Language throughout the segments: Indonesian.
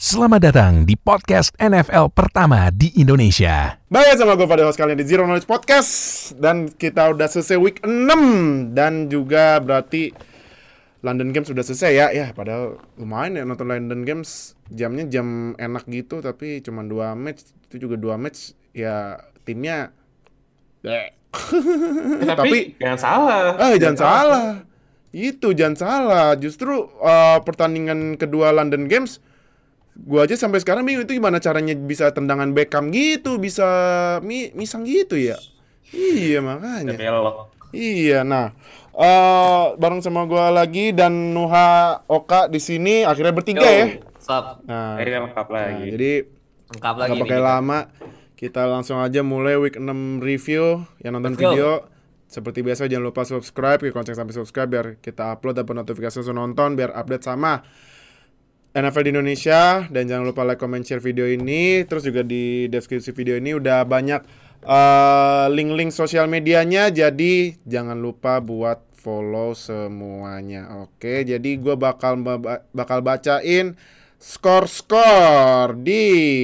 Selamat datang di podcast NFL pertama di Indonesia. Baik, sama gue pada host kalian di Zero Knowledge Podcast. Dan kita udah selesai week 6. Dan juga berarti London Games sudah selesai ya. Ya, padahal lumayan ya nonton London Games. Jamnya jam enak gitu, tapi cuma 2 match. Itu juga 2 match. Ya, timnya Tapi jangan salah. Jangan salah. Itu jangan salah. Justru pertandingan kedua London Games, gua aja sampai sekarang bingung itu gimana caranya bisa tendangan Beckham gitu, bisa misang gitu ya. Iya makanya. Iya, nah bareng sama gua lagi dan Nuha Oka di sini akhirnya bertiga ya. Stop. Nah, Akhirnya lengkap lagi. jadi Lengkap lagi. nggak pakai lama, kita langsung aja mulai week 6 review. Yang nonton video seperti biasa jangan lupa subscribe, konceng sampai subscribe biar kita upload dapat notifikasi langsung nonton biar update sama NFL di Indonesia. Dan jangan lupa like, comment, share video ini. Terus juga di deskripsi video ini udah banyak link-link sosial medianya. Jadi jangan lupa buat follow semuanya. Oke, jadi gue bakal bacain skor-skor di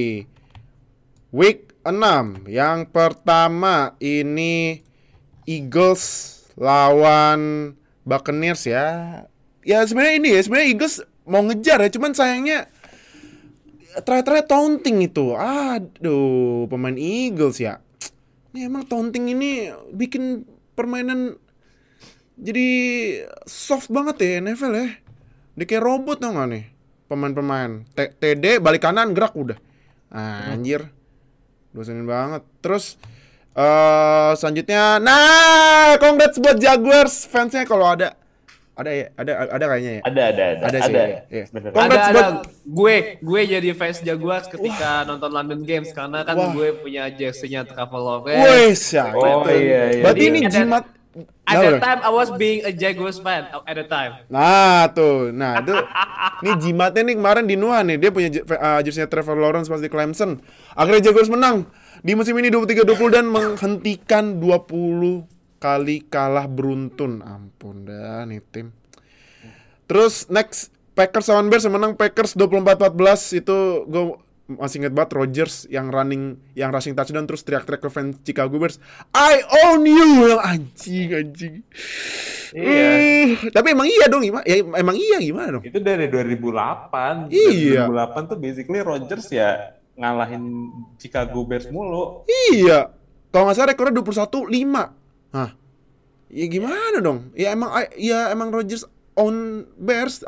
week 6. Yang pertama ini Eagles lawan Buccaneers ya. Ya sebenarnya Eagles mau ngejar ya, cuman sayangnya terakhir taunting itu. Aduh, pemain Eagles ya. Ini emang taunting ini bikin permainan jadi soft banget ya NFL ya. Dia kayak robot tau gak nih pemain-pemain. TD balik kanan gerak udah. Anjir. Dosenin banget. Terus selanjutnya, congrats buat Jaguars fansnya kalau ada kayaknya ya. Ada sih. ada. Ya. Ada. Gue jadi fans Jaguars ketika nonton London Games karena kan gue punya jersey-nya Travelog. Wes ya. Iya. Berarti Jadi ini jimat. At that time I was being a Jaguars fan at the time. Nah tuh, itu ini jimatnya nih kemarin di Nuha nih, dia punya jersey-nya Trevor Lawrence pas di Clemson. Akhirnya Jaguars menang di musim ini 23-20 dan menghentikan 20 kali kalah beruntun. Ampun dah nih tim. Terus next Packers lawan Bears, menang Packers 24-14. Itu gue masih inget banget Rodgers yang rushing touchdown terus teriak-teriak ke fans Chicago Bears, I own you. Yang anjing. Iya. Tapi emang iya dong gimana? Ya emang iya gimana dong? Itu dari 2008. Iya. 2008 tuh basically Rodgers ya ngalahin Chicago Bears mulu. Iya. Kalau nggak salah rekornya 21-5. Hah. Ya gimana dong? Ya emang Rodgers own Bears.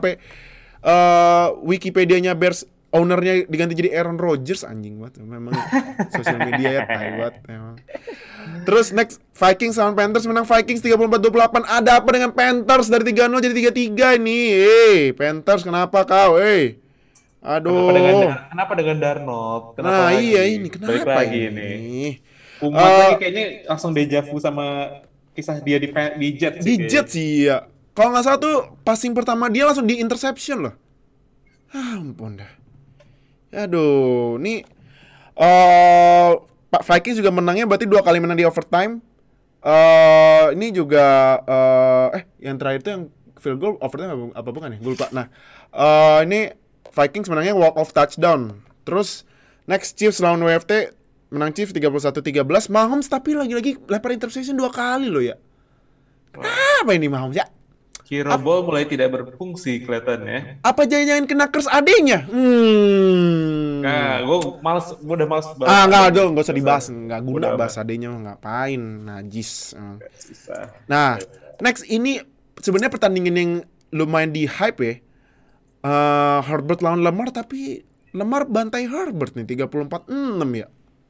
Wikipedia-nya Bears ownernya diganti jadi Aaron Rodgers, anjing banget. Memang sosial media ya tai banget memang. Terus next Vikings lawan Panthers, menang Vikings 34-28. Ada apa dengan Panthers dari 3-0 jadi 3-3 ini? Panthers kenapa kau? Aduh. Kenapa dengan Darnold? Nah, lagi? iya ini kenapa Balik lagi ini? Umat lagi kayaknya langsung dejavu sama kisah dia di Jets. Di Jets sih ya. Kalau nggak salah tuh passing pertama dia langsung di interception loh. Ampun dah. Aduh, nih Pak Vikings juga menangnya berarti 2 kali menang di overtime. Ini juga yang terakhir itu yang field goal overtime apa bukan ya? Gue lupa. Nah, ini Vikings menangnya walk off touchdown. Terus next Chiefs lawan WFT, menang Chiefs 31-13. Mahomes tapi lagi-lagi lempar interception 2 kali loh ya. Apa ini Mahomes ya? Hero Ball mulai tidak berfungsi kelihatannya. Apa jangan kena curse adenya? Nah, gue udah males banget. Nggak usah dibahas, nggak guna bahas adenya, ngapain, najis. Nah, next ini sebenarnya pertandingan yang lumayan di hype ya. Herbert lawan Lamar, tapi Lamar bantai Herbert nih 34-6 ya.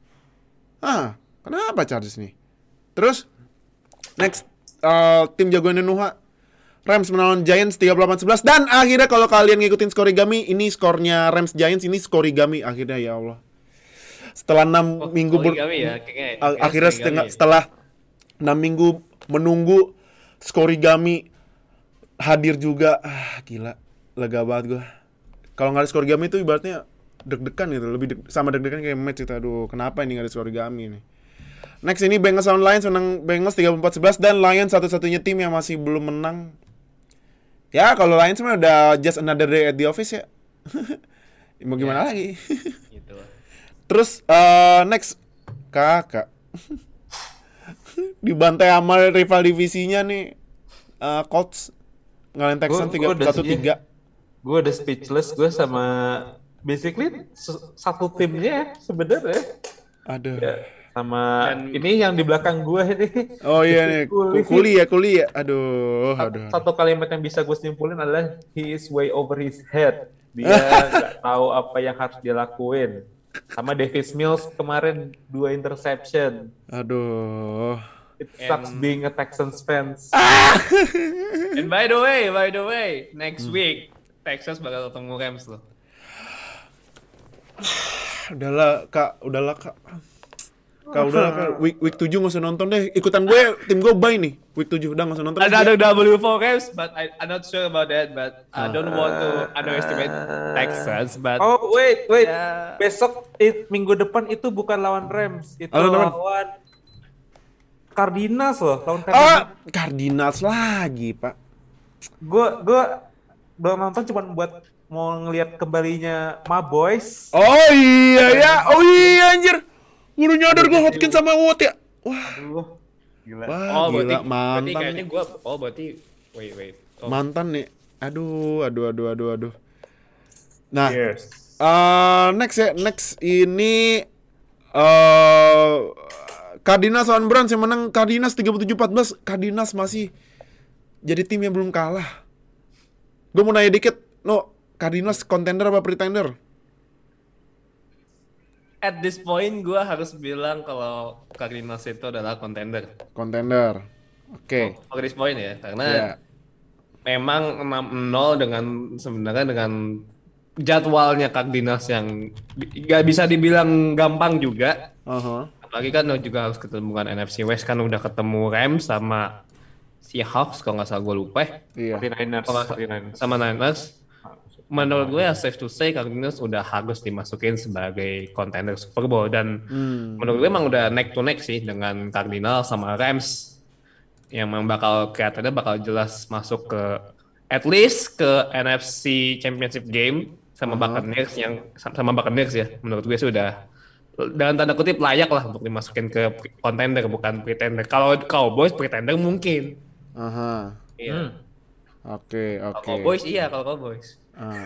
Kenapa Chargers nih? Terus next tim jagoannya Nuha, Rams menang Giants 38-11. Dan akhirnya kalau kalian ngikutin skorigami, ini skornya Rams Giants, ini skorigami akhirnya, ya Allah. Setelah 6 minggu setelah 6 minggu menunggu, skorigami hadir juga. Gila, lega banget gue. Kalau nggak ada skorigami itu ibaratnya deg-degan gitu, sama deg-degan kayak match gitu. Aduh, kenapa ini nggak ada skorigami nih? Next ini Bengals lawan Lions, menang Bengals 34-11 dan Lions satu-satunya tim yang masih belum menang. Ya kalau Lions mah udah just another day at the office ya. Mau gimana lagi? Gitu. Terus next Kakak dibantai sama rival divisinya nih, Colts ngalahin Texans 1-3. Gue udah speechless, gue sama basically satu timnya sebenarnya. Aduh. Ya, sama ini yang di belakang gue ini. Oh iya nih, kuliah. Aduh. Satu kalimat yang bisa gue simpulin adalah he is way over his head. Dia nggak tahu apa yang harus dia lakuin. Sama Davis Mills kemarin 2 interception. Aduh. It sucks being a Texans fans. And by the way, next week Texas bakal ketemu Rams loh. Udahlah kak. Kak, week 7 nggak usah nonton deh. Ikutan gue, tim gue bye nih. Week 7 udah nggak usah nonton. Ada W4 Rams, but I'm not sure about that. But I don't want to underestimate Texas. But Oh wait. Besok minggu depan itu bukan lawan Rams, itu lawan Cardinals loh. Lawan Cardinals. Cardinals lagi pak. Gue belum nonton, cuma buat mau ngelihat kembalinya Ma Boys. Oh iya anjir. Udah nyadar gue Hopkins sama Watt ya. Wah. Gila. Wah, gila, mantan. Kayaknya gue, wait. Oh. Mantan nih. Aduh. Nah, Yes. Next ini Cardinals lawan Browns yang menang Cardinals 37-14. Cardinals masih jadi tim yang belum kalah. Gue mau nanya dikit, Cardinals contender apa pretender? At this point gue harus bilang kalau Cardinals itu adalah contender. Contender. Oke. At this point ya, karena memang 6-0 sebenarnya dengan jadwalnya Cardinals yang gak bisa dibilang gampang juga. Apalagi kan juga harus ketemu dengan NFC West, kan udah ketemu Rams sama Seahawks kalau nggak salah gue lupa. Iya. 49ers. Sama Niners. Menurut gue safe to say Cardinals udah harus dimasukin sebagai contender Super Bowl, dan menurut gue emang udah neck to neck sih dengan Cardinals sama Rams yang memang kelihatannya bakal jelas masuk ke at least ke NFC Championship game sama Buccaneers ya. Menurut gue sudah dalam tanda kutip layak lah untuk dimasukin ke contender, bukan pretender. Kalau Cowboys pretender mungkin. Iya. Oke. Cowboys iya, kalau Cowboys.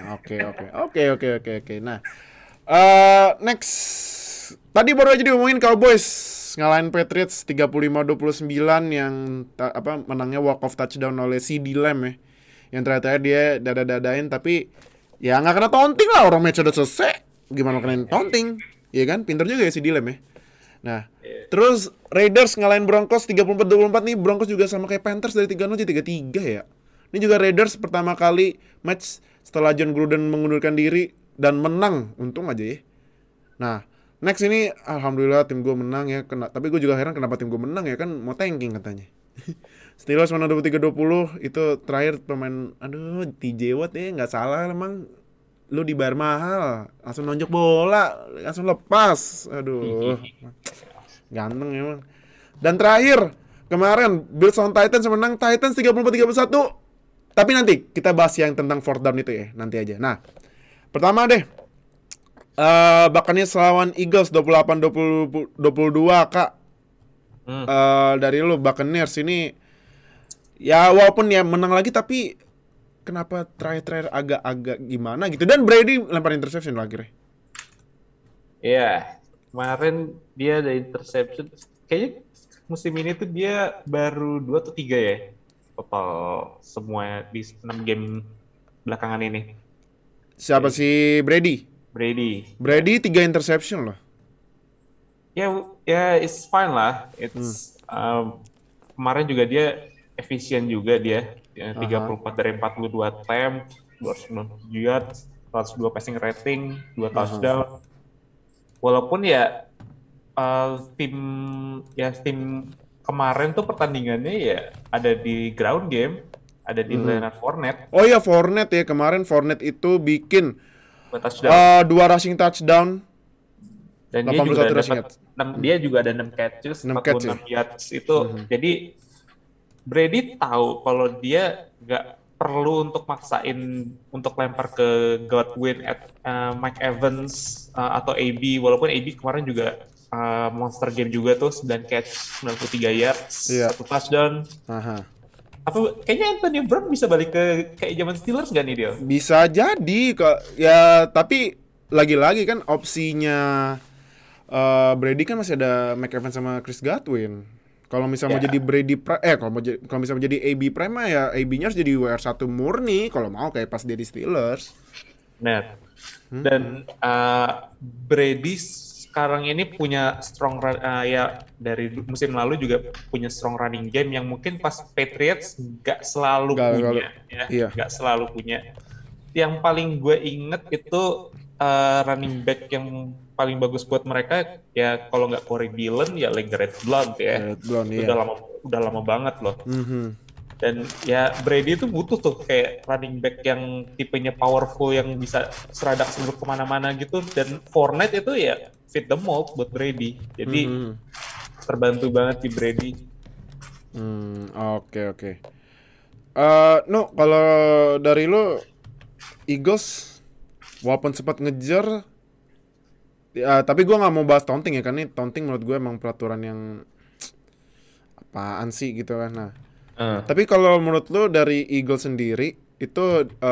Oke. Nah, next. Tadi baru aja diomongin Cowboys ngalahin Patriots 35-29 yang menangnya walk-off touchdown oleh CeeDee Lamb ya. Yang terakhir dia dada-dadain, tapi ya nggak kena taunting lah, orang match udah selesai. Gimana kena taunting? Iya kan? Pinter juga ya CeeDee Lamb ya. Nah, terus Raiders ngalahin Broncos 34-24 nih. Broncos juga sama kayak Panthers dari 3-0 jadi 3-3 ya. Ini juga Raiders pertama kali match setelah John Gruden mengundurkan diri dan menang, untung aja ya. Nah, next ini alhamdulillah tim gue menang ya. Tapi gue juga heran kenapa tim gue menang ya, kan mau tanking katanya. Steelers menang 23-20, itu terakhir pemain TJ Watt ya, nggak salah emang. Lu dibayar mahal, langsung nonjok bola, langsung lepas. Aduh. Ganteng emang. Dan terakhir kemarin Bills lawan Titans menang Titans 34-31. Tapi nanti kita bahas yang tentang fourth down itu ya, nanti aja. Nah, pertama deh, Buccaneers lawan Eagles 28-22 Kak. Dari lu Buccaneers ini, ya walaupun ya menang lagi, tapi kenapa terakhir agak gimana gitu. Dan Brady lempar interception lah akhirnya. Iya, kemarin dia ada interception. Kayaknya musim ini tuh dia baru 2 atau 3 ya. Total semua di 6 game belakangan ini. Siapa si Brady? Brady 3 interception loh. Ya, it's fine lah. It's kemarin juga dia efisien juga dia. 34 dari 42 attempt, 290 yards, 102 passing rating, 2 touchdown. Walaupun ya tim kemarin tuh pertandingannya ya ada di ground game, ada di Leonard Fournette. Oh iya, Fournette ya, kemarin Fournette itu bikin 2 touchdown. 2 rushing touchdown. Dan dia juga ada 6 catches, 46 yards itu. Jadi Brady tahu kalau dia nggak perlu untuk maksain untuk lempar ke Godwin, Mike Evans atau AB, walaupun AB kemarin juga monster game juga tuh, 9 catch 93 yards, 1 touchdown. Kayaknya Anthony Brown bisa balik ke kayak zaman Steelers gak nih dia? Bisa jadi kok ya, tapi lagi-lagi kan opsinya Brady kan masih ada Mike Evans sama Chris Godwin. Kalau misalnya mau jadi Brady kalau misalnya mau jadi AB Prime ya AB-nya harus jadi WR1 murni kalau mau kayak pas dia di Steelers. Nah, dan Brady sekarang ini punya strong ya dari musim lalu juga punya strong running game yang mungkin pas Patriots nggak selalu punya. Yang paling gue inget itu running back yang paling bagus buat mereka ya kalau nggak Corey Dillon ya LeGarrette Blount ya. Udah lama banget loh. Dan ya Brady itu butuh tuh kayak running back yang tipenya powerful yang bisa seradak sebelum kemana-mana gitu, dan Fournette itu ya fit the mold buat Brady. Jadi terbantu banget di Brady. Oke. No, kalau dari lo Eagles walaupun sempat ngejar ya, tapi gue nggak mau bahas taunting ya, karena taunting menurut gue emang peraturan yang apaan sih gitu kan. Nah, tapi kalau menurut lo dari Eagles sendiri itu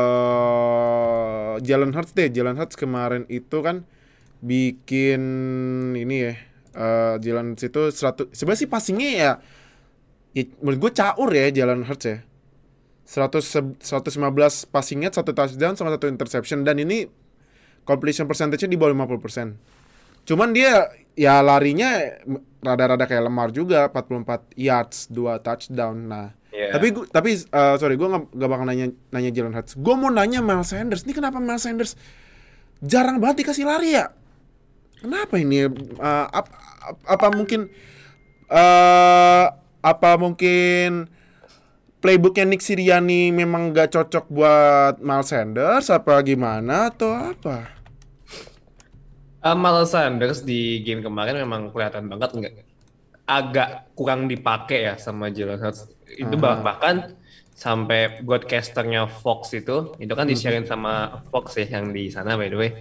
Jalen Hurts kemarin itu kan bikin ini ya, Jalen Hurts itu 100 sebenarnya sih passingnya ya menurut gue caur ya Jalen Hurts ya. 115 passingnya, 1 touchdown sama 1 interception, dan ini completion percentage-nya di bawah 50%. Cuman dia ya larinya rada-rada kayak Lamar juga, 44 yards, 2 touchdown. Nah, tapi sorry, gue nggak bakal nanya Jalen Hurts. Gue mau nanya Miles Sanders. Ini kenapa Miles Sanders jarang banget dikasih lari ya? Kenapa ini? Apa mungkin playbooknya Nick Sirianni memang gak cocok buat Miles Sanders apa gimana atau apa? Miles Sanders di game kemarin memang kelihatan banget agak kurang dipakai ya sama Jalen Hurts. Itu bahkan sampai broadcasternya Fox itu kan disiarin sama Fox ya yang di sana by the way.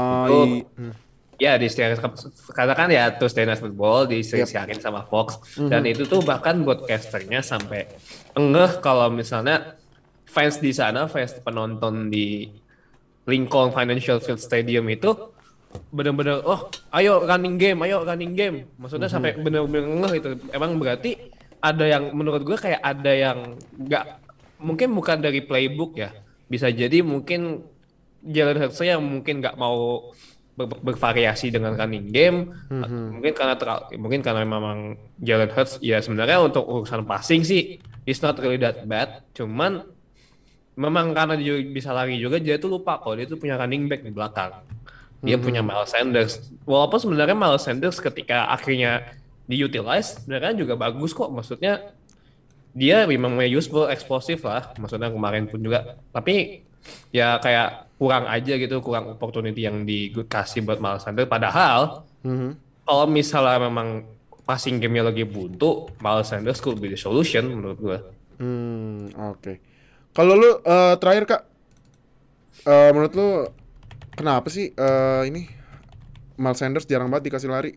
Ya disiarin karena kan ya Thursday Night Football disiarin sama Fox, dan itu tuh bahkan broadcasternya sampai kalau misalnya fans di sana, fans penonton di Lincoln Financial Field Stadium itu bener-bener ayo running game, maksudnya sampai bener-bener itu. Emang berarti ada yang menurut gue kayak ada yang nggak, mungkin bukan dari playbook ya, bisa jadi mungkin Jalen Hurts yang mungkin nggak mau bervariasi dengan running game, mungkin karena memang Jalen Hurts ya sebenarnya untuk urusan passing sih it's not really that bad, cuman memang karena dia bisa lari juga dia tuh lupa kalau dia tuh punya running back di belakang. Dia punya Miles Sanders, walaupun sebenarnya Miles Sanders ketika akhirnya diutilize sebenarnya juga bagus kok, maksudnya dia memang useful, eksplosif lah, maksudnya kemarin pun juga, tapi ya kayak kurang aja gitu, kurang opportunity yang dikasih buat Miles Sanders. Padahal kalau misalnya memang passing game-nya lagi buntu, Miles Sanders could be the solution menurut gue. Oke. Kalau lu terakhir Kak, menurut lu kenapa sih ini Miles Sanders jarang banget dikasih lari?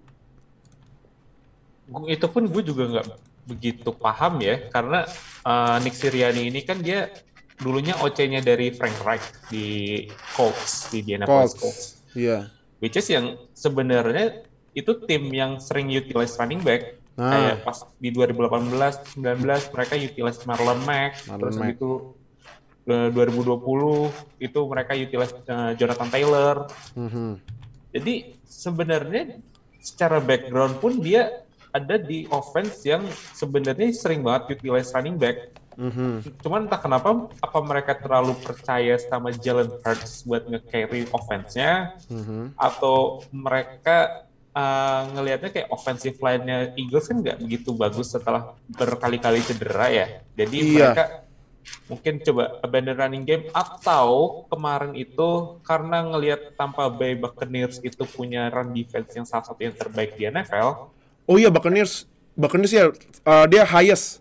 Itu pun gue juga nggak begitu paham ya, karena Nick Sirianni ini kan dia dulunya OC-nya dari Frank Reich di Colts, di Indianapolis Colts. Iya. Which is yang sebenarnya itu tim yang sering utilize running back. Kayak pas di 2018-19 mereka utilize Marlon Mack, terus itu 2020 itu mereka utilize Jonathan Taylor. Jadi sebenarnya secara background pun dia ada di offense yang sebenarnya sering banget utilize running back. Cuman entah kenapa apa mereka terlalu percaya sama Jalen Hurts buat nge-carry offense-nya, atau mereka ngelihatnya kayak offensive line-nya Eagles kan nggak begitu bagus setelah berkali-kali cedera ya. Jadi mereka mungkin coba abandon running game, atau kemarin itu karena ngelihat Tampa Bay Buccaneers itu punya run defense yang salah satu yang terbaik di NFL. Oh iya, Buccaneers ya, dia highest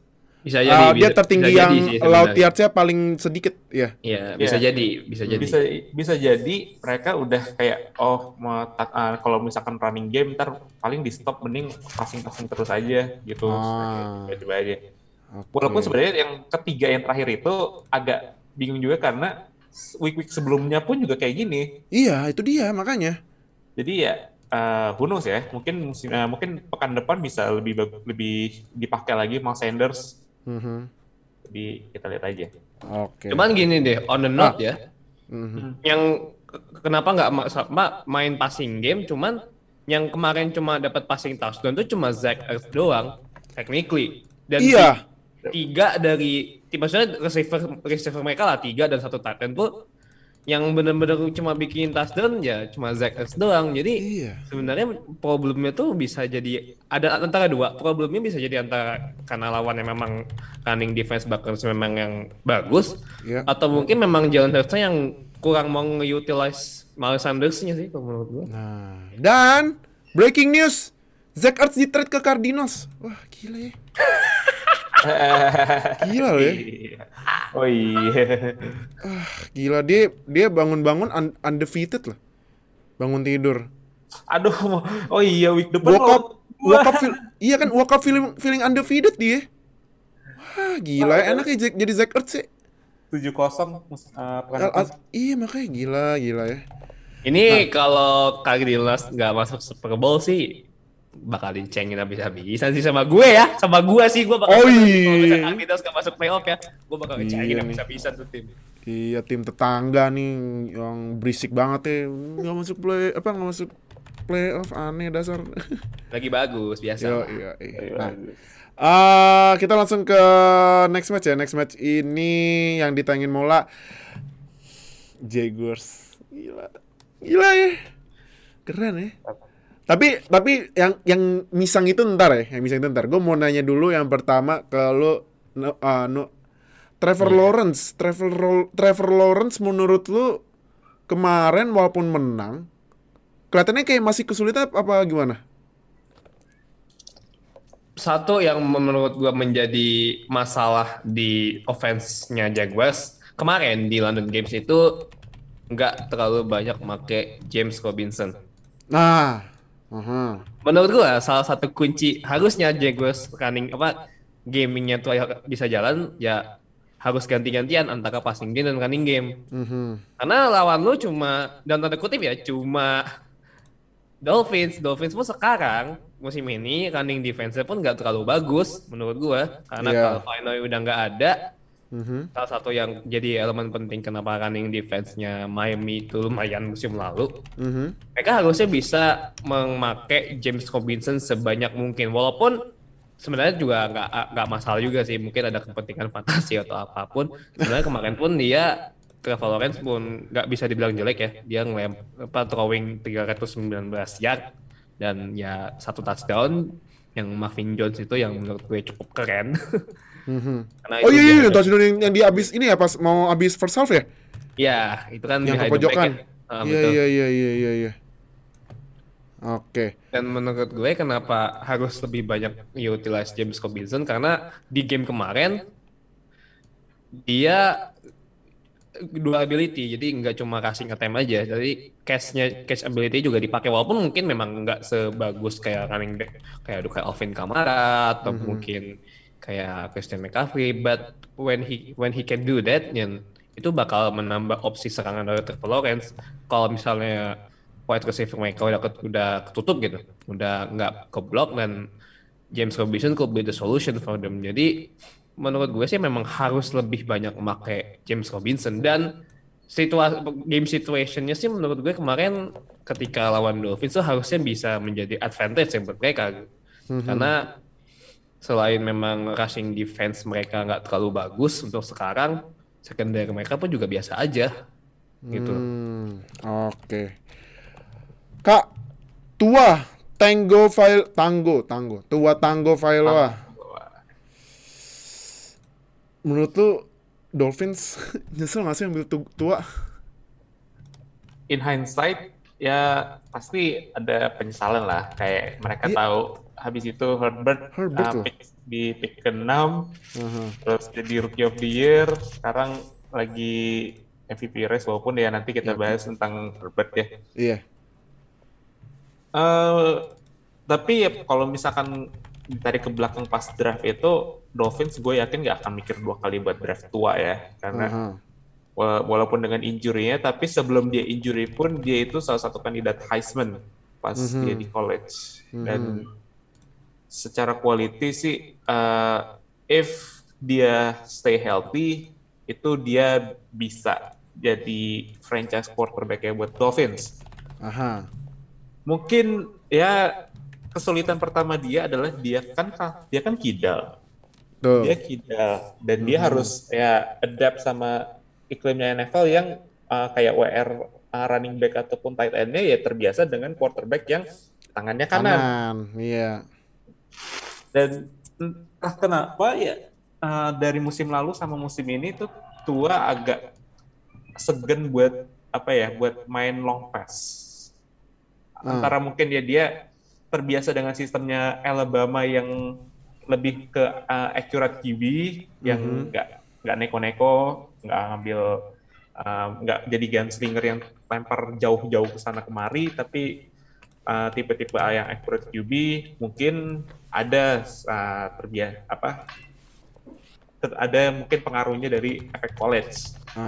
Bisa jadi, dia tertinggi bisa yang jadi sih laut sebenarnya. yards-nya paling sedikit ya. Iya, Iya. bisa jadi. Bisa jadi mereka udah kayak kalau misalkan running game ntar paling di stop, mending passing terus aja gitu. Coba aja. Walaupun sebenarnya yang ketiga yang terakhir itu agak bingung juga karena week sebelumnya pun juga kayak gini. Iya, itu dia makanya. Jadi ya who knows ya, mungkin pekan depan bisa lebih dipakai lagi Miles Sanders. Jadi kita lihat aja. Oke. Cuman gini deh, on the note ya, yang kenapa nggak main passing game, cuman yang kemarin cuma dapat passing touchdown itu cuma Zach Ertz doang, technically. Dan Iya. tiga dari, maksudnya receiver mereka lah 3 dan 1 tight end tuh yang benar-benar cuma bikin touchdown ya cuma Zach Ertz doang. Jadi sebenarnya problemnya tuh bisa jadi ada antara dua. Problemnya bisa jadi antara karena lawannya memang running defense Buccaneers memang yang bagus, atau mungkin memang Jalen Hurts-nya yang kurang mau nge-utilize Miles Sanders-nya sih kalau menurut gue. Nah, dan breaking news, Zach Ertz di-trade ke Cardinals. Wah, gila ya. Gila loh ya. Oh iya. Gila, dia bangun-bangun undefeated loh. Bangun tidur. Aduh, oh iya week depan iya kan, woke up feeling undefeated dia. Wah, gila ya, enak ya jadi Zach Ertz sih. 7-0 iya makanya gila ya. Ini kalau Cardinals nggak masuk Super Bowl sih bakal dicengin habis-habisan sih sama gue ya. Sama gue sih, gue bakal kalau misalkan Cardinals nggak masuk playoff ya, gue bakal dicengin habis-habisan tuh tim. Iya, tim tetangga nih yang berisik banget ya, nggak masuk playoff, aneh dasar. Lagi bagus biasa. Iya. Nah, kita langsung ke next match ya. Next match ini yang ditangin Mola, Jaguars. Gila ya, keren ya. Tapi yang misang itu ntar ya, Gue mau nanya dulu yang pertama ke lo, Trevor Lawrence menurut lu kemarin walaupun menang, kelihatannya kayak masih kesulitan apa gimana? Satu yang menurut gue menjadi masalah di offense-nya Jaguars kemarin di London Games itu nggak terlalu banyak make James Robinson. Nah, menurut gue salah satu kunci harusnya Jaguars gamingnya tuh bisa jalan ya, harus ganti-gantian antara passing game dan running game. Karena lawan lu cuma, dan tanda kutip ya, cuma Dolphins pun sekarang musim ini running defense pun nggak terlalu bagus menurut gue, karena kalau Final udah nggak ada. Salah satu yang jadi elemen penting kenapa running defense-nya Miami itu lumayan musim lalu, mereka harusnya bisa memakai James Robinson sebanyak mungkin, walaupun sebenarnya juga nggak masalah juga sih, mungkin ada kepentingan fantasi atau apapun. Sebenarnya kemarin pun Trevor Lawrence pun nggak bisa dibilang jelek ya, dia throwing 319 yard dan ya 1 touchdown yang Marvin Jones itu yang menurut gue cukup keren. Oh iya, touchdown yang dia abis ini ya, pas mau abis first half ya? Iya, itu kan yang ke pojokan. Iya. Oke. Dan menurut gue kenapa harus lebih banyak utilize James Robinson, karena di game kemarin dia durability, jadi nggak cuma rushing attempt aja, jadi catch ability juga dipakai, walaupun mungkin memang nggak sebagus kayak running back kayak Alvin Kamara atau mungkin kayak Christian McCaffrey, but when he can do that, itu bakal menambah opsi serangan dari Trevor Lawrence. Kalau misalnya wide receiver mereka udah ketutup gitu, udah nggak keblok, dan James Robinson could be the solution for them. Jadi menurut gue sih memang harus lebih banyak memakai James Robinson, dan game situationnya sih menurut gue kemarin ketika lawan Dolphins itu harusnya bisa menjadi advantage yang buat mereka, karena selain memang rushing defense mereka nggak terlalu bagus untuk sekarang, secondary mereka pun juga biasa aja gitu. Oke. Kak, Tua Tango Vailoa. Menurut lu Dolphins nyesel nggak sih ambil Tua? In hindsight, ya pasti ada penyesalan lah. Kayak mereka Iya. tahu habis itu Herbert Herbert loh. di pick ke-6, terus jadi Rookie of the Year, sekarang lagi MVP race, walaupun ya nanti kita bahas tentang Herbert ya. Iya. Tapi ya kalau misalkan ditarik ke belakang pas draft itu, Dolphins gue yakin nggak akan mikir 2 kali buat draft tua ya, karena walaupun dengan injury-nya, tapi sebelum dia injury pun dia itu salah satu kandidat Heisman pas dia di college. Dan secara quality sih, if dia stay healthy, itu dia bisa jadi franchise quarterback-nya buat Dolphins. Mungkin ya kesulitan pertama dia adalah dia kan kidal. Dia kidal dan dia harus ya adapt sama iklimnya NFL yang kayak WR running back ataupun tight end-nya ya terbiasa dengan quarterback yang tangannya kanan. Iya. Dan entah kenapa ya dari musim lalu sama musim ini tuh Tua agak segan buat buat main long pass. Antara mungkin ya dia terbiasa dengan sistemnya Alabama yang lebih ke accurate QB yang nggak neko-neko, nggak ngambil nggak jadi gunslinger yang lempar jauh-jauh ke sana kemari, tapi tipe-tipe yang accurate QB mungkin ada ada mungkin pengaruhnya dari efek college.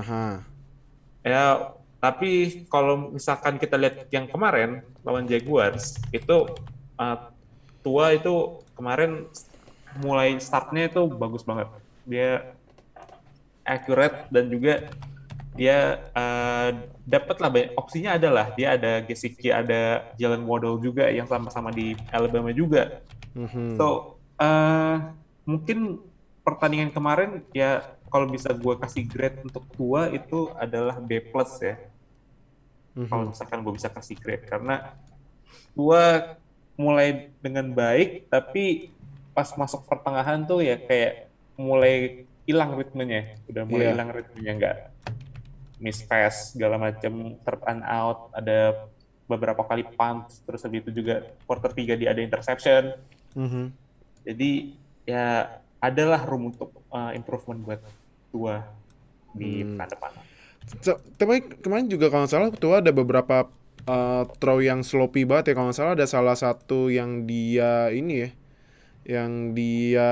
Ya, tapi kalau misalkan kita lihat yang kemarin lawan Jaguars itu Tua itu kemarin mulai startnya itu bagus banget. Dia accurate dan juga dia dapat lah banyak opsinya, adalah dia ada Gesicki, ada Jalen Waddle juga yang sama-sama di Alabama juga. So mungkin pertandingan kemarin ya kalau bisa gue kasih grade untuk Tua itu adalah B+ ya. Kalau misalkan gue bisa kasih grade, karena Tua mulai dengan baik, tapi pas masuk pertengahan tuh ya kayak mulai hilang ritmenya, nggak miss pass segala macam, third and out, ada beberapa kali punt, terus habis itu juga quarter 3 dia ada interception. Jadi ya adalah room untuk improvement buat Tua di depan. Tapi kemarin juga kalau nggak salah Tua ada beberapa throw yang sloppy banget ya. Kalau nggak salah ada salah satu yang dia ini ya, yang dia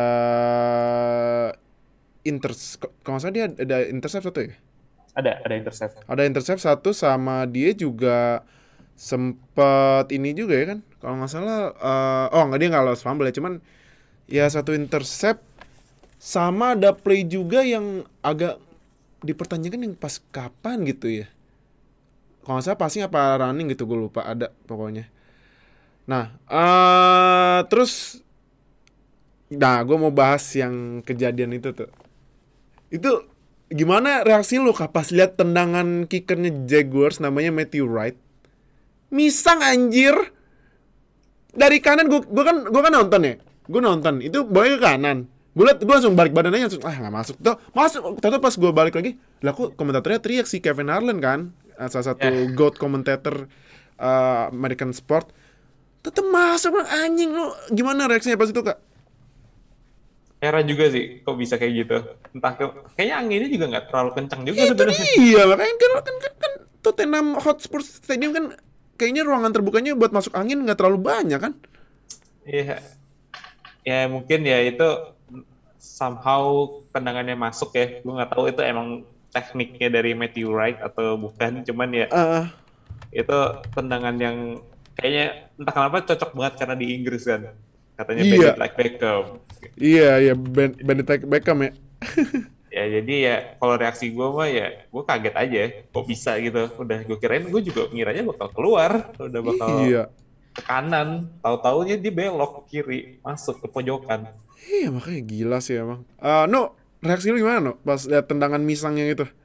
kalau nggak salah dia ada intercept satu ya? Ada intercept. Ada intercept satu, sama dia juga sempat ini juga ya kan? Kalau nggak salah, dia nggak lost fumble ya, cuman ya satu intercept, sama ada play juga yang agak dipertanyakan yang pas kapan gitu ya. Kalau nggak salah passing apa running gitu, gue lupa, ada pokoknya. Nah, terus, gue mau bahas yang kejadian itu tuh. Itu gimana reaksi lu Kak pas lihat tendangan kickernya Jaguars namanya Matthew Wright? Misang anjir. Dari kanan gue kan nonton ya. Gue nonton, itu bolanya ke kanan. Gue langsung balik badannya langsung nggak masuk. Masuk. Ternyata pas gue balik lagi, lah kok komentatornya teriak si Kevin Harlan kan, salah satu GOAT komentator American sport. Tetep masuk, anjing lu. Gimana reaksinya pas itu Kak? Heran juga sih, kok bisa kayak gitu. Entah kayaknya anginnya juga nggak terlalu kencang juga sebenarnya. Iya, makanya kan Tottenham Hotspur Stadium kan kayaknya ruangan terbukanya buat masuk angin nggak terlalu banyak kan? Iya. Ya mungkin ya itu somehow tendangannya masuk ya. Gue nggak tahu itu emang tekniknya dari Matthew Wright atau bukan. Cuman ya itu tendangan yang kayaknya entah kenapa cocok banget karena di Inggris kan. Katanya Bend It Like Beckham. Iya, Bend It Like Beckham ya. Ya jadi ya kalau reaksi gue mah ya gue kaget aja kok bisa gitu. Udah gue kirain, gue juga ngiranya bakal keluar, udah bakal ke kanan, tahu-taunya dia belok ke kiri, masuk ke pojokan. Iya, makanya gila sih emang. Reaksi lu gimana No pas lihat tendangan misang yang itu?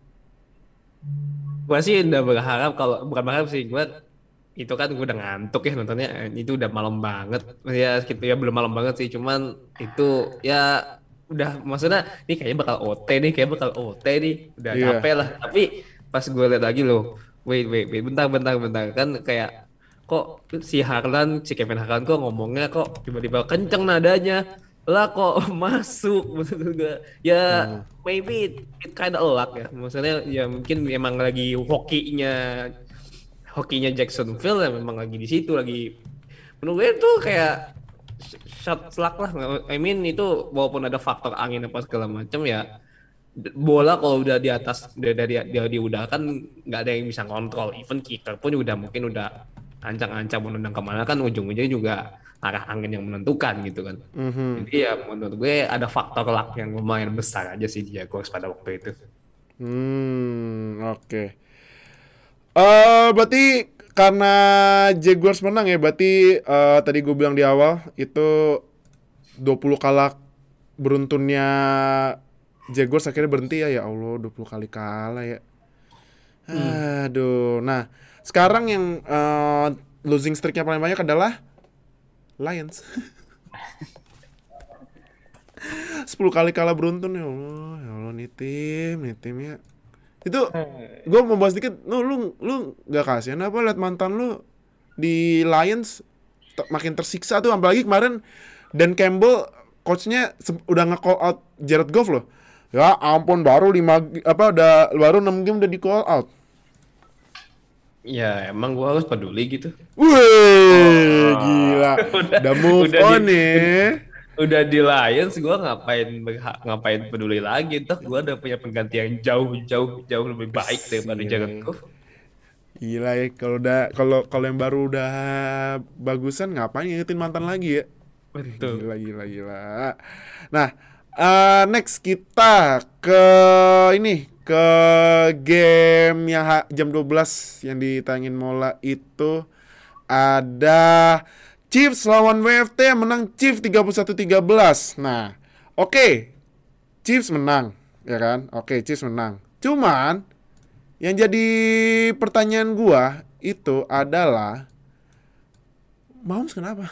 Gue sih udah berharap, kalau bukan berharap sih, gue itu kan gue udah ngantuk ya nontonnya, itu udah malam banget ya, gitu ya, belum malam banget sih, cuman itu ya udah, maksudnya nih kayaknya bakal OT nih, udah capek lah. Tapi pas gue lihat lagi loh, bentar. Kan kayak kok si Kevin Harlan kok ngomongnya kok tiba-tiba kenceng nadanya. Lah kok masuk maksud gue. Ya maybe it kind of luck ya. Maksudnya ya mungkin emang lagi hokinya Jacksonville ya memang lagi di situ lagi. Menurut gue itu kayak shot luck lah. I mean itu walaupun ada faktor angin apa segala macam ya bola kalau udah di atas di udara kan nggak ada yang bisa kontrol, even kicker pun udah mungkin udah ancang-ancang mau nendang kemana kan ujung-ujungnya juga arah angin yang menentukan gitu kan. Jadi ya menurut gue ada faktor luck yang lumayan besar aja sih dia Jaguars pada waktu itu. Oke. Berarti karena Jaguars menang ya, berarti tadi gue bilang di awal itu 20 kala beruntunnya Jaguars akhirnya berhenti ya Allah 20 kali kalah ya. Aduh. Nah, sekarang yang losing streak-nya paling banyak adalah Lions. 10 kali kalah beruntun ya Allah nih tim ya. Itu gue mau bahas dikit, lu gak kasihan apa liat mantan lu di Lions makin tersiksa tuh, apalagi kemarin Dan Campbell coachnya udah nge-call out Jared Goff loh. Ya ampun baru 6 game udah di-call out. Ya emang gua harus peduli gitu. Wih, gila. Udah move on nih. Udah di Lions gua ngapain peduli lagi, toh gua udah punya pengganti yang jauh lebih baik daripada Jared Goff. Gila ya, kalau yang baru udah bagusan ngapain ngingetin mantan lagi ya? Betul. Gila. Nah, next kita ke game yang jam 12 yang ditayangin Mola itu ada Chiefs lawan WFT yang menang Chiefs 31-13. Nah, oke. Chiefs menang, ya kan? Oke, Chiefs menang. Cuman yang jadi pertanyaan gua itu adalah Mahomes kenapa?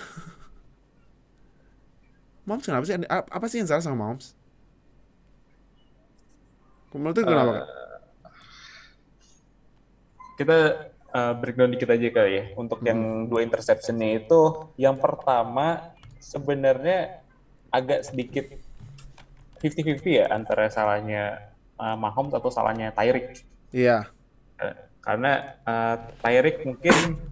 Mahomes kenapa sih? Apa sih yang salah sama Mahomes? Menurut itu kenapa? Kita breakdown dikit aja kali ya. Untuk yang 2 interception-nya itu, yang pertama sebenarnya agak sedikit 50-50 ya antara salahnya Mahomes atau salahnya Tyreek. Iya. Karena Tyreek mungkin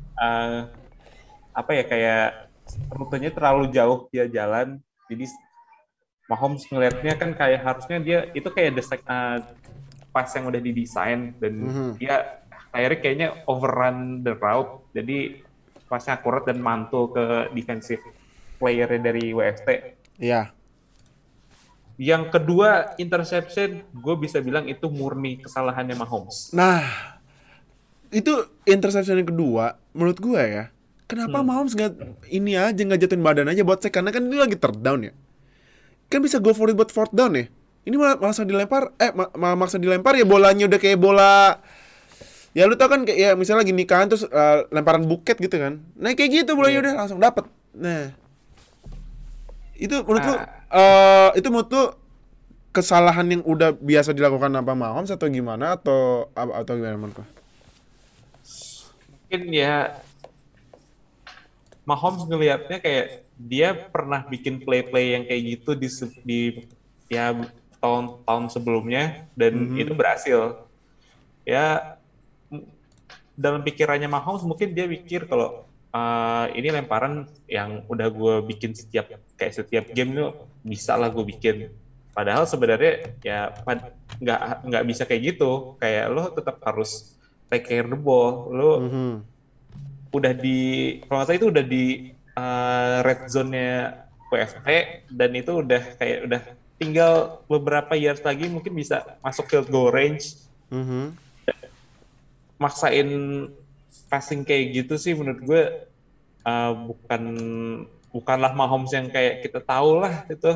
kayak rutenya terlalu jauh dia jalan, jadi Mahomes ngelihatnya kan kayak harusnya dia itu kayak pas yang udah didesain dan dia Tyreek kayaknya overrun the route, jadi pasnya akurat dan mantul ke defensive player dari WFT. Iya. Yang kedua interception, gue bisa bilang itu murni kesalahannya Mahomes. Nah, itu interception yang kedua menurut gue ya. Kenapa Mahomes nggak jatuhin badan aja buat sack, karena kan dia lagi third down ya. Kan bisa go for it buat fourth down ya. Ini malah maksa dilempar ya, bolanya udah kayak bola. Ya lu tau kan kayak ya misalnya lagi nikahan terus lemparan buket gitu kan. Nah kayak gitu bolanya udah langsung dapet. Nah. Itu menurut lu kesalahan yang udah biasa dilakukan sama Mahomes atau gimana atau gimana menurut lu? Mungkin ya Mahomes ngelihatnya kayak dia pernah bikin play-play yang kayak gitu di tahun-tahun sebelumnya dan itu berhasil. Ya dalam pikirannya Mahomes mungkin dia pikir kalau ini lemparan yang udah gue bikin setiap game itu bisa lah gue bikin. Padahal sebenarnya ya nggak bisa kayak gitu. Kayak lo tetap harus take care the ball. Lo udah kalau nggak salah itu udah di red zone-nya WFT dan itu udah tinggal beberapa yards lagi mungkin bisa masuk field goal range. Maksain passing kayak gitu sih menurut gue bukanlah Mahomes yang kayak kita tahu lah itu.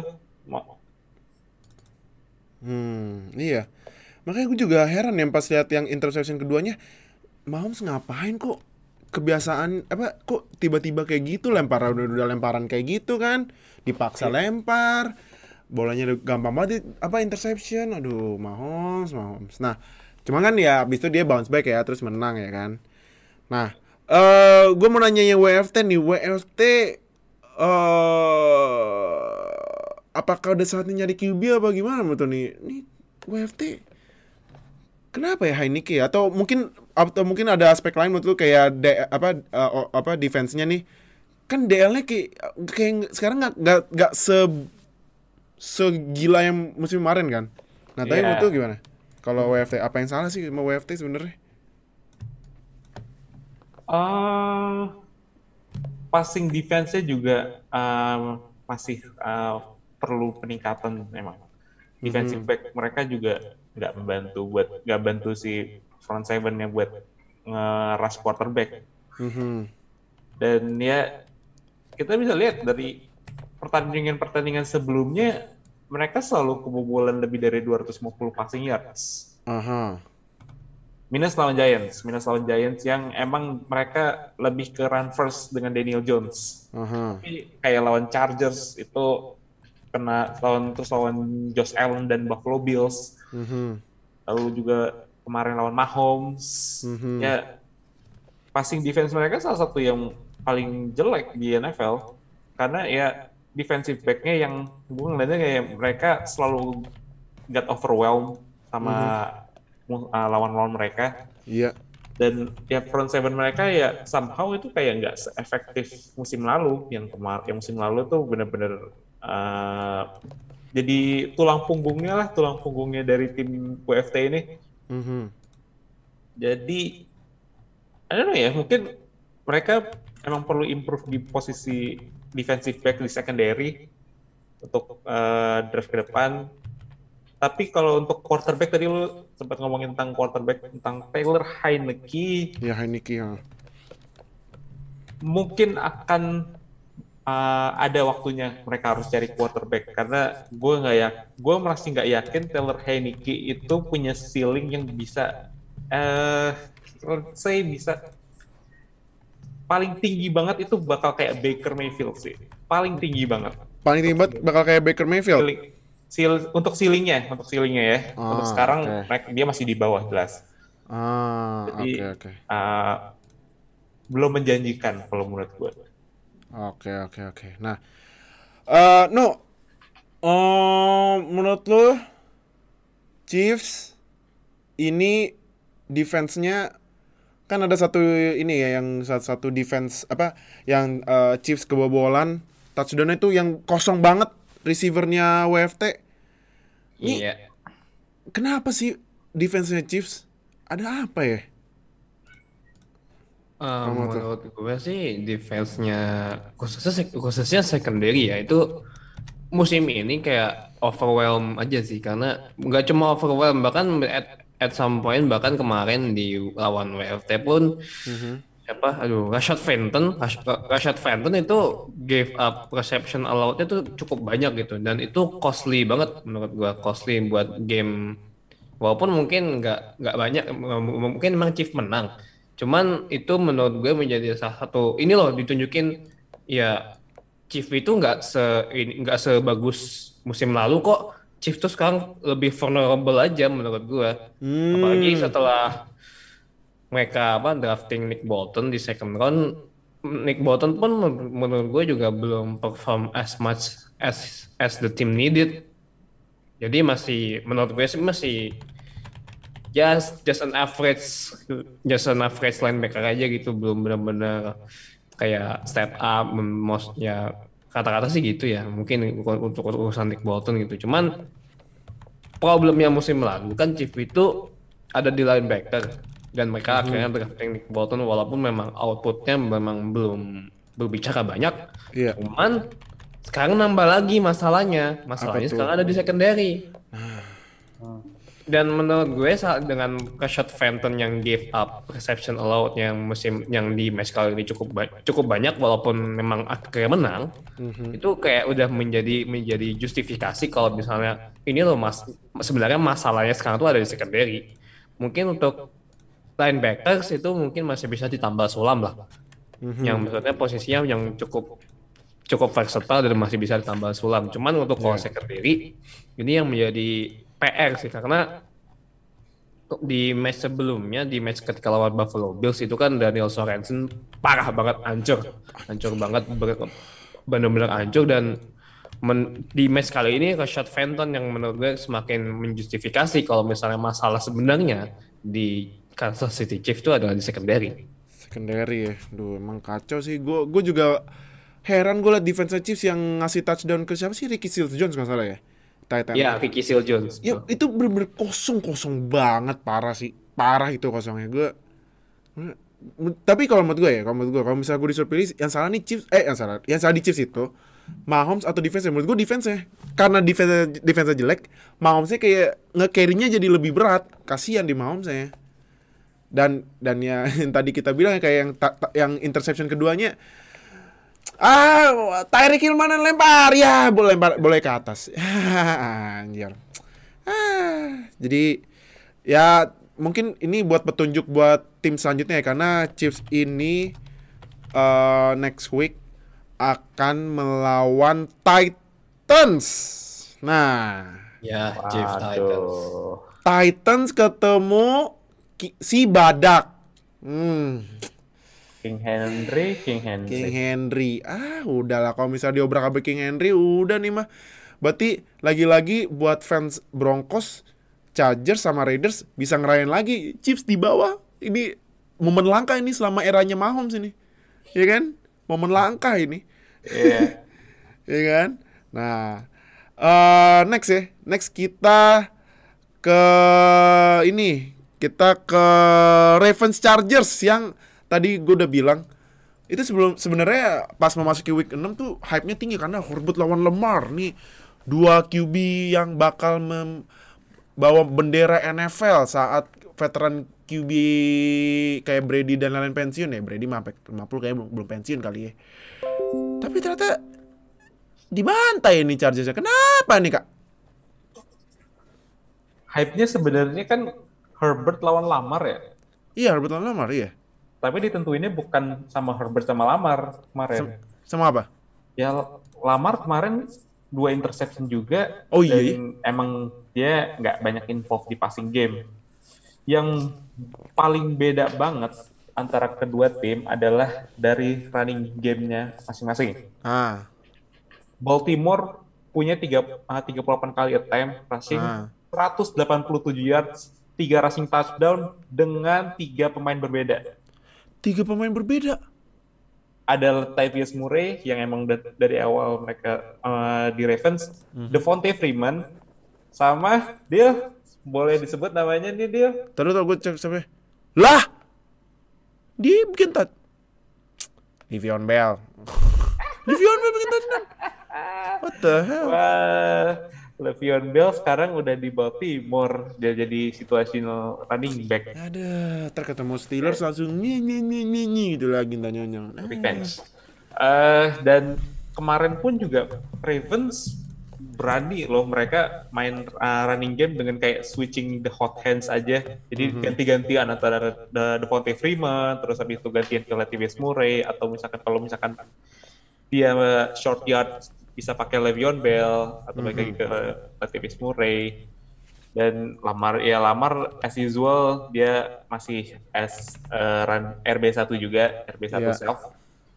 Iya. Makanya gue juga heran ya pas lihat yang interception keduanya, Mahomes ngapain kok kebiasaan kok tiba-tiba kayak gitu udah lemparan kayak gitu kan, dipaksa lempar, bolanya gampang banget interception. Aduh, Mahomes. Nah, Cuma kan ya abis itu dia bounce back ya, terus menang ya kan. Nah, gue mau nanya yang WFT nih, WFT apakah udah saatnya nyari QB apa gimana menurut lo nih? Nih WFT kenapa ya Heineke ya? Atau mungkin ada aspek lain menurut lu kayak defense-nya nih. Kan DL-nya kayak sekarang nggak segila yang musim kemarin kan. Nah, tapi menurut lu gimana? Kalau WFT apa yang salah sih sama WFT sebenarnya? Passing defense-nya juga masih perlu peningkatan memang. Defensive back mereka juga nggak bantu si front seven-nya buat nge-rush quarterback. Dan ya kita bisa lihat dari pertandingan sebelumnya mereka selalu kebobolan lebih dari 250 passing yards. Minus lawan Giants yang emang mereka lebih ke run first dengan Daniel Jones. Tapi kayak lawan Chargers itu kena lawan Josh Allen dan Buffalo Bills. Lalu juga kemarin lawan Mahomes. Ya passing defense mereka salah satu yang paling jelek di NFL karena ya defensive back-nya yang gue ngeliatnya kayak mereka selalu get overwhelmed sama lawan-lawan mereka. Iya. Dan ya front seven mereka ya somehow itu kayak nggak se-efektif musim lalu. Yang musim lalu tuh benar-benar jadi tulang punggungnya dari tim WFT ini. Jadi I don't know ya, mungkin mereka emang perlu improve di posisi defensive back di secondary untuk draft ke depan. Tapi kalau untuk quarterback tadi lu sempat ngomongin tentang quarterback, tentang Taylor Heineke. Ya Heineke ya. Mungkin akan ada waktunya mereka harus cari quarterback karena gue masih nggak yakin Taylor Heineke itu punya ceiling yang bisa bisa paling tinggi banget itu bakal kayak Baker Mayfield sih. Paling tinggi banget Bakal kayak Baker Mayfield. Untuk ceilingnya ya. Untuk sekarang dia masih di bawah jelas. Jadi belum menjanjikan kalau menurut gue. Oke. Nah, menurut lo Chiefs ini defense-nya kan ada satu ini ya yang satu defense yang Chiefs kebobolan touchdown itu yang kosong banget receiver-nya WFT. Iya. Kenapa sih defense-nya Chiefs? Ada apa ya? Menurut gue sih defense-nya khususnya secondary ya itu musim ini kayak overwhelm aja sih karena nggak cuma overwhelm bahkan at some point bahkan kemarin di lawan WFT pun Rashad Fenton itu gave up reception allowed-nya tuh cukup banyak gitu dan itu costly banget menurut gua, costly buat game walaupun mungkin nggak banyak, mungkin memang Chief menang cuman itu menurut gue menjadi salah satu ini loh ditunjukin ya Chief itu nggak sebagus musim lalu kok. Chief tuh sekarang lebih vulnerable aja menurut gue apalagi setelah mereka drafting Nick Bolton di second round. Nick Bolton pun menurut gue juga belum perform as much as the team needed. Jadi menurut gue masih just an average linebacker aja gitu, belum benar-benar kayak step up. Ya kata-kata sih gitu ya, mungkin untuk urusan Nick Bolton gitu. Cuman problemnya musim lalu kan Chief itu ada di linebacker. Dan mereka akhirnya drafting Nick Bolton walaupun memang outputnya memang belum berbicara banyak. Cuman sekarang nambah lagi masalahnya sekarang ada di secondary. Dan menurut gue dengan Rashad Fenton yang gave up reception allowed yang di match kali ini cukup banyak walaupun memang akhirnya menang, itu kayak udah menjadi justifikasi kalau misalnya ini loh sebenarnya masalahnya sekarang tuh ada di secondary. Mungkin untuk linebackers itu mungkin masih bisa ditambah Sulam lah, yang maksudnya posisinya yang cukup versatile dan masih bisa ditambah Sulam. Cuman untuk kalau secondary ini yang menjadi PR sih karena di match sebelumnya, di match ketika lawan Buffalo Bills itu kan Daniel Sorensen parah banget, hancur banget, benar-benar hancur. Dan di match kali ini Rashad Fenton yang menurut gue semakin menjustifikasi kalau misalnya masalah sebenarnya di Kansas City Chiefs itu adalah di secondary ya. Duh, emang kacau sih. Gue juga heran gue liat defense Chiefs yang ngasih touchdown ke siapa sih? Ricky Seals-Jones nggak salah ya? Titan. Ya, Ricky Seals-Jones. Ya, itu bener-bener kosong banget, parah sih. Parah itu kosongnya. Tapi kalau menurut gue, kalau misalnya gue disuruh pilih yang salah nih Chiefs, yang salah di Chiefs itu Mahomes atau defense. Menurut gue defense-nya. Karena defense-nya jelek, Mahomes-nya kayak nge-carry-nya jadi lebih berat. Kasihan di Mahomes-nya. Dan ya yang tadi kita bilang kayak yang interception keduanya, Tyreek Hill mana lempar ya, boleh ke atas. Anjir. Jadi ya mungkin ini buat petunjuk buat tim selanjutnya ya, karena Chiefs ini next week akan melawan Titans. Nah, ya, Chiefs Titans. Titans ketemu si Badak. King Henry. Udahlah, kalau misalnya diobrak-abrik King Henry, udah nih mah. Berarti lagi-lagi buat fans Broncos, Chargers sama Raiders bisa ngerayain lagi Chiefs di bawah. Ini momen langka ini selama eranya Mahomes ini. Ya kan? Momen langka ini. Iya. Ya kan? Nah, next kita ke ini. Kita ke Ravens Chargers yang tadi gue udah bilang itu sebenarnya pas memasuki week 6 tuh hype-nya tinggi karena Herbert lawan Lamar nih, dua QB yang bakal membawa bendera NFL saat veteran QB kayak Brady dan lain-lain pensiun ya. Brady mah 50 kayaknya belum pensiun kali ya. Tapi ternyata dibantai nih Chargers-nya. Kenapa nih, Kak? Hype-nya sebenarnya kan Herbert lawan Lamar ya. Iya, Herbert lawan Lamar, iya. Tapi ditentuinnya bukan sama Herbert sama Lamar kemarin. Sama apa? Ya Lamar kemarin 2 interception juga. Oh iya. Dan emang dia nggak banyak involved di passing game. Yang paling beda banget antara kedua tim adalah dari running game-nya masing-masing. Baltimore punya 38 kali attempt rushing, 187 yards, 3 rushing touchdown dengan 3 pemain berbeda. 3 pemain berbeda? Ada Latavius Murray yang emang dari awal mereka di Ravens, Devontae Freeman, sama dia boleh disebut namanya nih dia. Terus gue cek sampai, lah, dia bikin Le'Veon Bell bikin touchdown. What the hell? Wah, Le'Veon Bell sekarang udah di Baltimore, dia jadi situational running back. Ada, ketemu Steelers langsung nyi gitu lagi tanya-tanya. Revenge. Dan kemarin pun juga Ravens berani loh mereka main running game dengan kayak switching the hot hands aja. Jadi ganti-gantian antara Devontae Freeman, terus habis itu gantian ke Latavius Murray, atau kalau misalkan dia short yard bisa pakai Le'Veon Bell atau balik lagi ke Latavius Murray. Dan Lamar as usual dia masih run RB1 juga, RB1 self.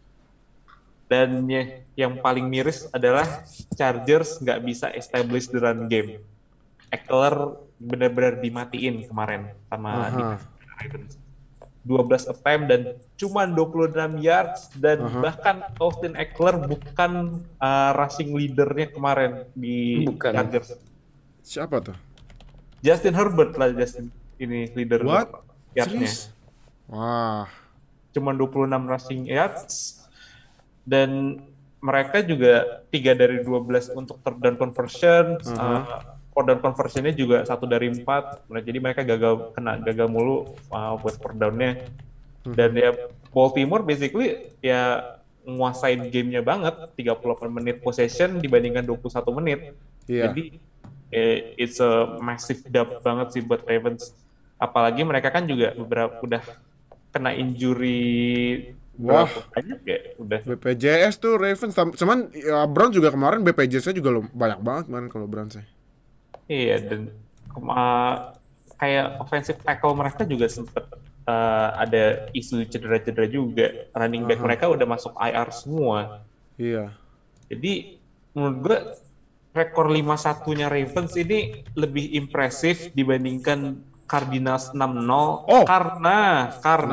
Dan yang paling miris adalah Chargers nggak bisa establish the run game. Eckler benar-benar dimatiin kemarin sama Ravens. 12 attempt dan cuma 26 yards, dan bahkan Austin Eckler bukan rushing leadernya kemarin di Chargers. Siapa tuh? Justin Herbert lah, ini leader yardnya. Wah. Cuma 26 rushing yards, dan mereka juga 3 dari 12 untuk third down conversion. Fourth down conversionnya juga 1 dari 4. Jadi mereka gagal mulu buat fourth down-nya. Dan ya Baltimore basically ya nguasain gamenya banget, 38 menit possession dibandingkan 21 menit. Jadi it's a massive dub banget sih buat Ravens. Apalagi mereka kan juga udah kena injury banyak ya, udah. BPJS tuh Ravens, cuman ya, Browns juga kemarin BPJS-nya juga banyak banget kan kalau Browns-nya. Iya, dan kayak offensive tackle mereka juga sempet ada isu cedera-cedera juga. Running back mereka udah masuk IR semua. Iya. Jadi menurut gue rekor 5-1-nya Ravens ini lebih impresif dibandingkan Cardinals 6-0 karena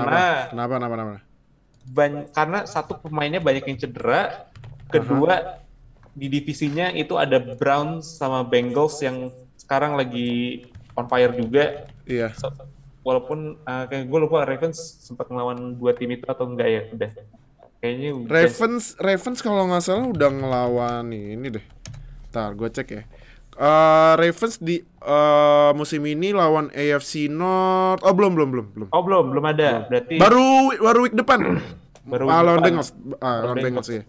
karena satu pemainnya banyak yang cedera, kedua di divisinya itu ada Browns sama Bengals yang sekarang lagi on fire juga. Iya. Walaupun kayak gue lupa Ravens sempat ngelawan 2 tim itu atau enggak ya, udah. Kayaknya Ravens kalau nggak salah udah ngelawan ini deh. Ntar gue cek ya. Ravens di musim ini lawan AFC North. Oh belum. belum ada. Berarti baru week depan. Lawan Bengals. Lawan Bengals ya.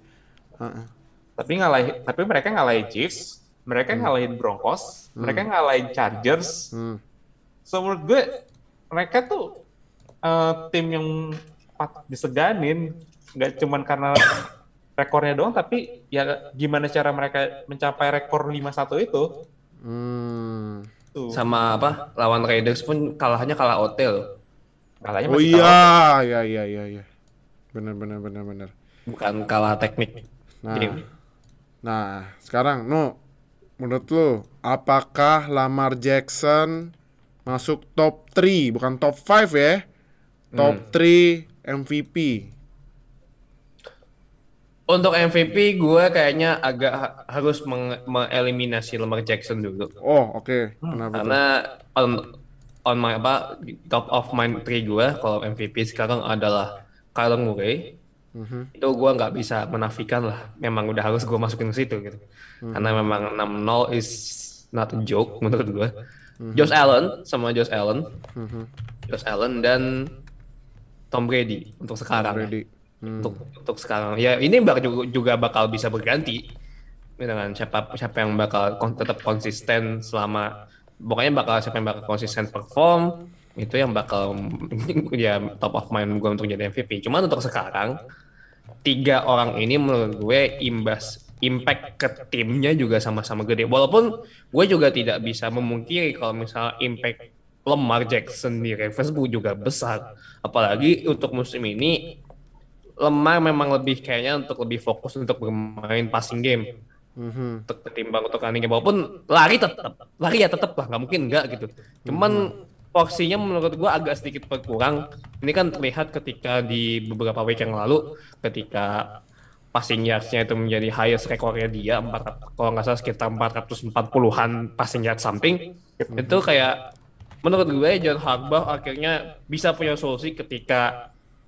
Tapi mereka ngalahin Chiefs, mereka ngalahin Broncos, mereka ngalahin Chargers. So menurut gue mereka tuh tim yang patut diseganin, nggak cuman karena rekornya doang, tapi ya gimana cara mereka mencapai rekor 5-1 itu. Sama apa? Lawan Raiders pun kalahnya kalah hotel. Oh iya. Benar. Bukan kalah teknik. Nah, sekarang menurut lu apakah Lamar Jackson masuk top 3, bukan top 5 ya? Top 3 MVP. Untuk MVP gue kayaknya agak harus mengeliminasi Lamar Jackson dulu. Oh, oke. Kenapa? Karena on my top of mind 3 gue kalau MVP sekarang adalah Kyler Murray. Itu gue nggak bisa menafikan lah. Memang udah harus gue masukin ke situ gitu. Karena memang 6-0 is not a joke menurut gue. Josh Allen dan Tom Brady untuk sekarang. Untuk sekarang ya ini juga bakal bisa berganti dengan siapa yang bakal tetap konsisten selama, pokoknya siapa yang bakal konsisten perform itu yang bakal ya top of mind gue untuk jadi MVP. Cuman untuk sekarang 3 orang ini menurut gue impact ke timnya juga sama-sama gede. Walaupun gue juga tidak bisa memungkiri kalau misalnya impact Lamar Jackson di Ravens juga besar. Apalagi untuk musim ini Lamar memang kayaknya lebih fokus untuk bermain passing game. Untuk ketimbang untuk running game. Walaupun lari ya tetap lah, nggak mungkin nggak gitu. Cuman porsinya menurut gue agak sedikit berkurang. Ini kan terlihat ketika di beberapa week yang lalu ketika passing yards-nya itu menjadi highest rekornya dia, kalau nggak salah sekitar 440-an passing yards something. Itu kayak menurut gue John Harbaugh akhirnya bisa punya solusi ketika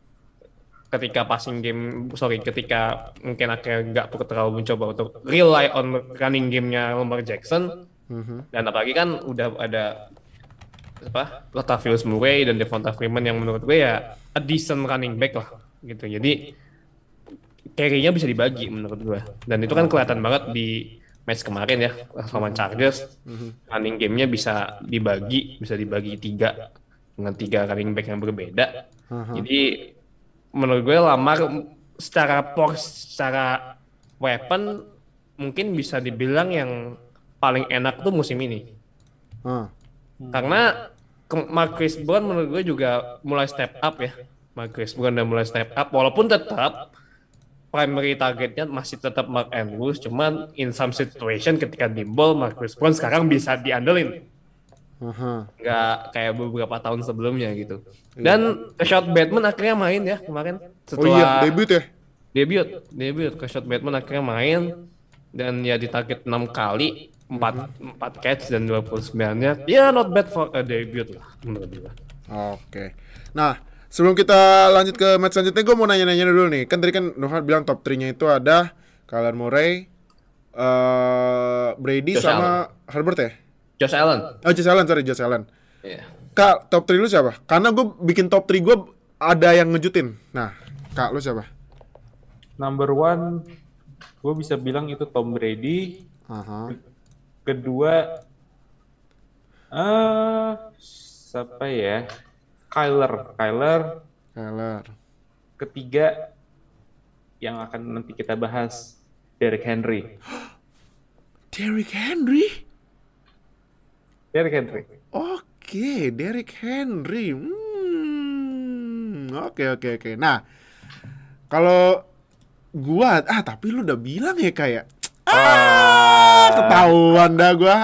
ketika mungkin akhirnya nggak perlu terlalu mencoba untuk rely on running game-nya Lamar Jackson. Dan apalagi kan udah ada Latavius Murray dan Devonta Freeman yang menurut gue ya a decent running back lah gitu. Jadi carry-nya bisa dibagi menurut gue. Dan itu kan kelihatan banget di match kemarin ya sama Chargers. Running game-nya bisa dibagi 3 dengan 3 running back yang berbeda. Jadi menurut gue Lamar secara weapon mungkin bisa dibilang yang paling enak tuh musim ini. Karena Marquise Brown menurut gue juga mulai step up ya. Marquise Brown udah mulai step up walaupun tetap primary targetnya masih tetap Mark Andrews, cuman in some situation ketika di ball Marquise Brown sekarang bisa diandelin. Nggak kayak beberapa tahun sebelumnya gitu. Dan Rashad Bateman akhirnya main ya kemarin setelah debut Rashad Bateman akhirnya main dan ya ditarget 6 kali 4 catch dan 29-nya ya not bad for a debut lah menurut gue. Oke. Nah sebelum kita lanjut ke match selanjutnya, gue mau nanya-nanya dulu nih. Kan tadi kan Nohan bilang top 3-nya itu ada Kyler Murray, Brady Josh sama Herbert ya? Josh Allen. Josh Allen. Yeah. Kak, top 3 lu siapa? Karena gue bikin top 3 gue ada yang ngejutin. Nah, Kak, lu siapa? Number 1, gue bisa bilang itu Tom Brady. Kedua, siapa ya? Kyler. Ketiga, yang akan nanti kita bahas, Derrick Henry. Derrick Henry? Derrick Henry. Oke. Oke, Derrick Henry. Oke. Nah, kalau gua tapi lu udah bilang ya kayak ketahuan dah gua.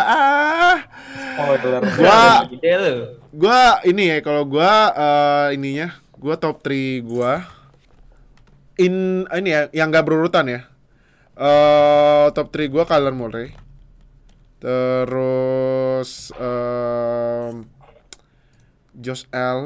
Gua ini ya kalau gua gua top 3 gua ini ya yang enggak berurutan ya. Top 3 gua Kyler Murray. Terus Josh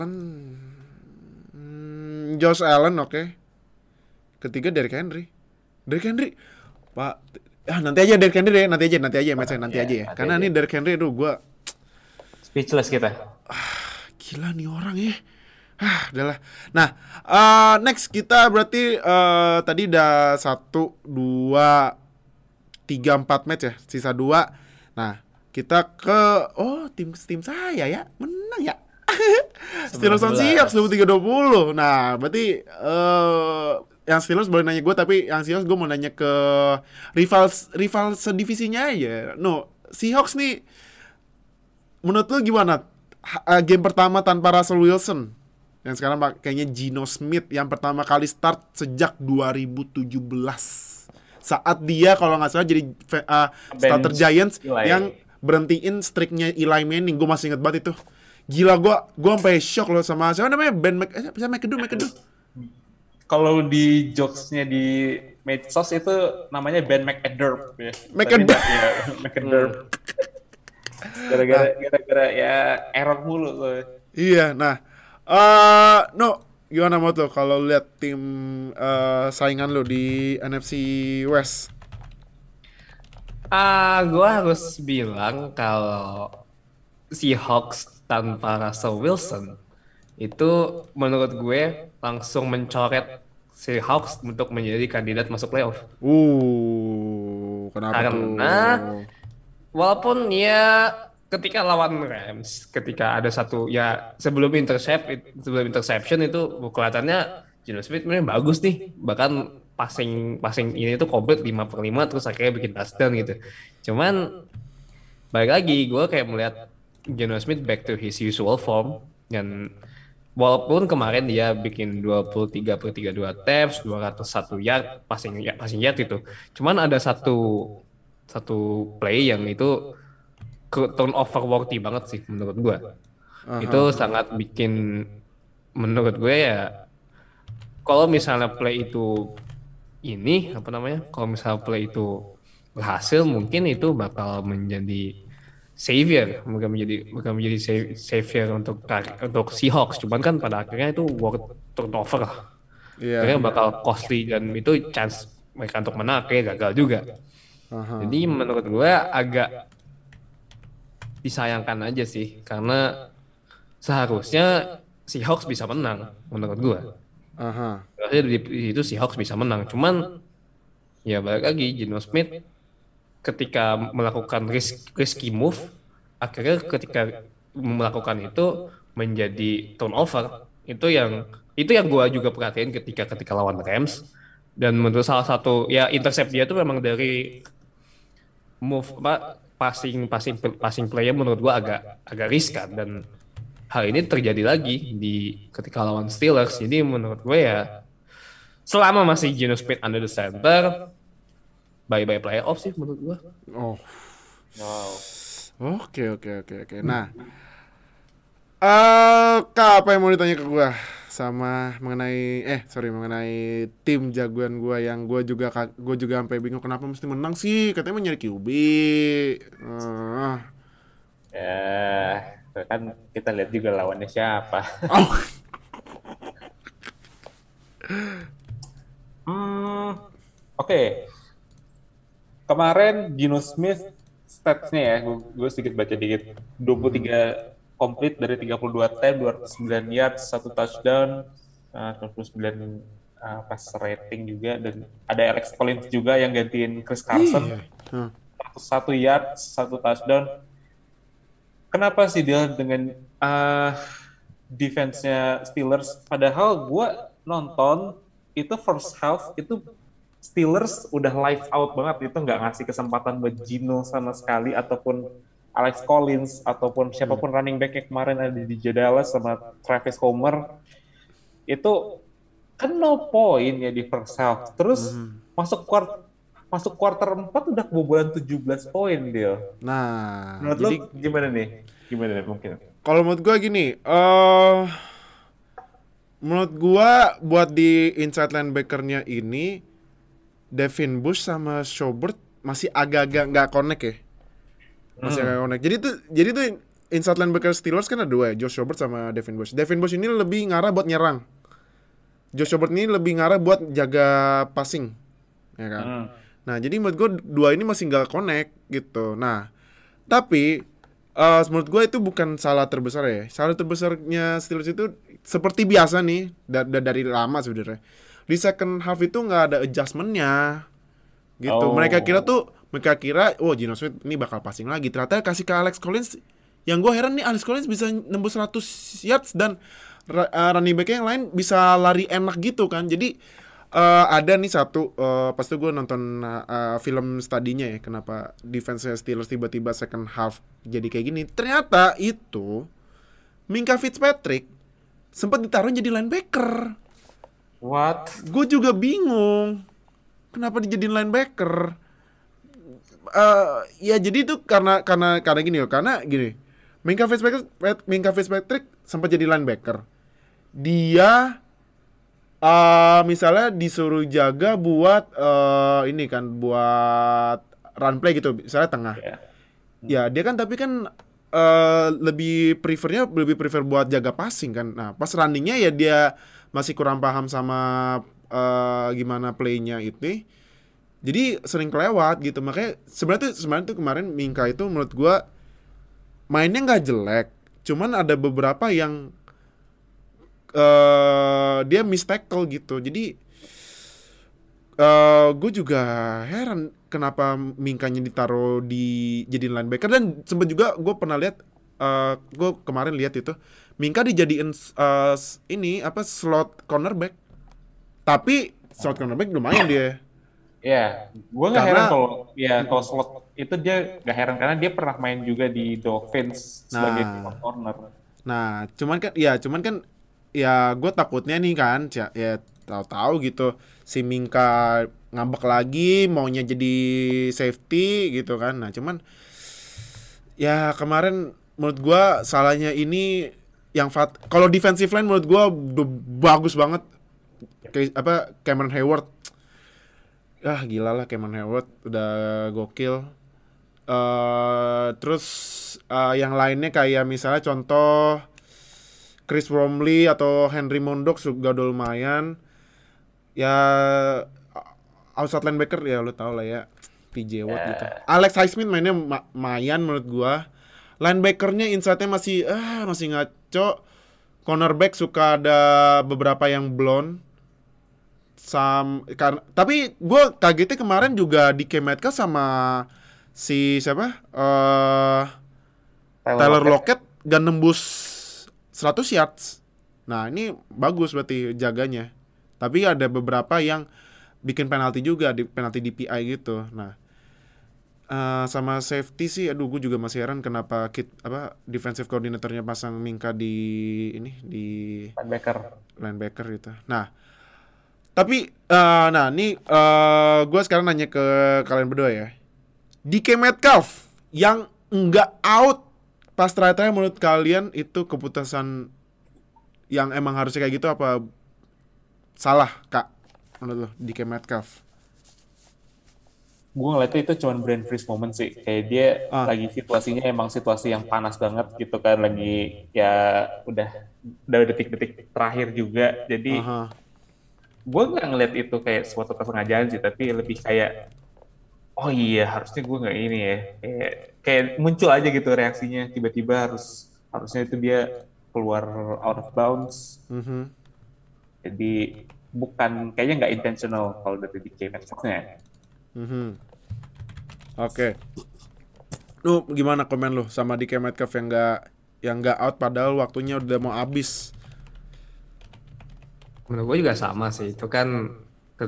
Allen oke. Ketiga Derrick Henry. Pak, nanti aja Derrick Henry deh, nanti aja nanti aja ya. Karena ini Derrick Henry gua speechless kita. Gila nih orang ya. Udahlah. Nah, next kita berarti tadi udah 1 2 3 4 match ya, sisa 2. Nah, kita ke tim saya ya, menang ya. Steelers on Seahawks 23-20. Nah, berarti yang Steelers boleh nanya gue, tapi yang Seahawks gue mau nanya ke rival sedivisinya aja. No, Seahawks nih menurut lu gimana? Game pertama tanpa Russell Wilson, yang sekarang kayaknya Geno Smith yang pertama kali start sejak 2017. Saat dia kalau nggak salah jadi starter Giants yang berhentiin streaknya Eli Manning. Gue masih inget banget itu. Gila, gue sampai shock loh sama siapa namanya McAdoo. Kalau di jokesnya di medsos itu namanya Ben McAdoo ya. McAdoo. Gara-gara ya error mulu tuh. Iya, nah gimana menurut lo kalau lihat tim saingan lo di NFC West? Gue harus bilang kalau Seahawks tanpa Russell Wilson itu menurut gue langsung mencoret Seahawks untuk menjadi kandidat masuk playoff. Kenapa Karena walaupun ya ketika lawan Rams, ketika ada satu ya sebelum interception itu kelihatannya Geno Smith memang bagus nih, bahkan passing ini tuh komplit 5/5 terus akhirnya bikin touchdown gitu. Cuman balik lagi gue kayak melihat Geno Smith back to his usual form, dan walaupun kemarin dia bikin 23/32 attempts, 201 yard passing yard itu, cuman ada satu play yang itu turnover worthy banget sih menurut gue. Itu sangat bikin, menurut gue ya, kalau misalnya play itu kalau misalnya play itu berhasil, mungkin itu bakal menjadi savior, bukan menjadi savior untuk Seahawks. Cuman kan pada akhirnya itu worth turnover lah. Akhirnya bakal costly, dan itu chance mereka untuk menang kayak gagal juga. Jadi menurut gue agak disayangkan aja sih, karena seharusnya Seahawks bisa menang menurut gue. Harusnya di itu Seahawks bisa menang. Cuman ya balik lagi, Geno Smith ketika melakukan risky move, akhirnya ketika melakukan itu menjadi turnover. Itu yang gue juga perhatiin ketika lawan Rams. Dan menurut salah satu ya intercept dia itu memang dari move passing play menurut gue agak riskan, dan hal ini terjadi lagi ketika lawan Steelers. Jadi menurut gue ya selama masih Geno Smith under the center, bye playoff sih menurut gue. Oke. Nah, Kak, apa yang mau ditanya ke gue sama mengenai tim jagoan gue yang gue juga sampai bingung kenapa mesti menang sih, katanya mau nyari QB. Ya, kan kita lihat juga lawannya siapa. Oke. Kemarin Geno Smith statsnya ya, gue sedikit baca dikit. 23 complete dari 32 attempt, 209 yards, 1 touchdown, 99 pass rating juga, dan ada Alex Collins juga yang gantiin Chris Carson. 1 yards, 1 touchdown. Kenapa sih dia dengan defense-nya Steelers? Padahal gue nonton itu first half itu Steelers udah live out banget, itu nggak ngasih kesempatan buat Geno sama sekali ataupun Alex Collins ataupun siapapun running back yang kemarin ada di Dallas sama Travis Homer itu kan 0 poin ya di first half. Terus masuk quarter 4 udah kebobolan 17 poin dia. Nah, Menurut jadi lo gimana nih? Gimana nih mungkin? kalau menurut gua gini, menurut gua buat di inside linebacker-nya ini Devin Bush sama Schobert masih agak-agak nggak connect ya. Masih agak connect. Jadi tuh inside linebacker Steelers kan ada dua ya, Josh Schobert sama Devin Bush. Devin Bush ini lebih ngarah buat nyerang. Josh Schobert ini lebih ngarah buat jaga passing. Ya kan? Nah, jadi menurut gue dua ini masih nggak connect gitu. Nah, tapi menurut gue itu bukan salah terbesar ya. Salah terbesarnya Steelers itu seperti biasa nih dari lama sebenarnya. Di second half itu nggak ada adjustment-nya gitu. Mereka kira Geno Smith ini bakal passing lagi. Ternyata kasih ke Alex Collins. Yang gue heran nih, Alex Collins bisa nembus 100 yards dan running back yang lain bisa lari enak gitu kan. Jadi ada nih satu pas itu gue nonton film studinya ya, kenapa defense Steelers tiba-tiba second half jadi kayak gini. Ternyata itu Minkah Fitzpatrick sempat ditaruh jadi linebacker. What? Gue juga bingung kenapa dijadiin linebacker. Ya jadi itu karena gini loh, karena gini. Minkah Fitzpatrick sempat jadi linebacker. Dia misalnya disuruh jaga buat ini kan, buat run play gitu, misalnya tengah. Ya dia kan tapi kan lebih prefer buat jaga passing kan. Nah pas runningnya ya dia masih kurang paham sama gimana playnya itu. Jadi sering kelewat gitu. Makanya sebenarnya tuh kemarin Minkah itu menurut gua mainnya nggak jelek, cuman ada beberapa yang dia miss tackle gitu. Jadi gue juga heran kenapa Minkahnya ditaruh jadi linebacker. Dan sempat juga gue pernah lihat, gue kemarin lihat itu Minkah dijadiin slot cornerback. Tapi slot cornerback lumayan dia. Ya, gue nggak heran kalau slot itu dia nggak heran karena dia pernah main juga di Dolphins sebagai corner. Nah, cuman kan ya gue takutnya nih kan, ya tahu-tahu gitu si Minkah ngambek lagi maunya jadi safety gitu kan. Nah, cuman ya kemarin menurut gue salahnya ini yang kalau defensive line menurut gue bagus banget. Cameron Hayward. Gila lah, Cameron Hayward udah gokil. Terus yang lainnya kayak misalnya contoh Chris Wormley atau Henry Mondox juga udah lumayan. Ya outside linebacker ya lu tau lah ya, PJ Watt gitu. Alex Highsmith mainnya lumayan menurut gua. Linebackernya inside-nya masih ngaco. Cornerback suka ada beberapa yang blonde. Tapi gue kagetnya kemarin juga di Metcalf sama si siapa Tyler Lockett gak nembus 100 yards. Nah ini bagus berarti jaganya. Tapi ada beberapa yang bikin penalti juga, penalti DPI gitu. Nah sama safety sih, gue juga masih heran kenapa defensive coordinatornya pasang Minkah di linebacker gitu. Nah tapi, gue sekarang nanya ke kalian berdua ya. DK Metcalf yang nggak out pas try-try, menurut kalian itu keputusan yang emang harusnya kayak gitu apa salah, Kak? Menurut lo, DK Metcalf? Gue ngeliatnya itu cuma brain freeze moment sih. Kayak dia lagi situasinya emang situasi yang panas banget gitu kan. Lagi ya udah detik-detik terakhir juga. Jadi gue nggak ngeliat itu kayak suatu kesengajaan sih, tapi lebih kayak oh iya harusnya gue nggak ini ya, kayak muncul aja gitu reaksinya tiba-tiba harusnya itu dia keluar out of bounds. Jadi kayaknya nggak intentional kalau dari DK Metcalf-nya. Oke. Lu gimana komen lu sama DK Metcalf yang nggak out padahal waktunya udah mau habis? Menurut gue juga sama sih, itu kan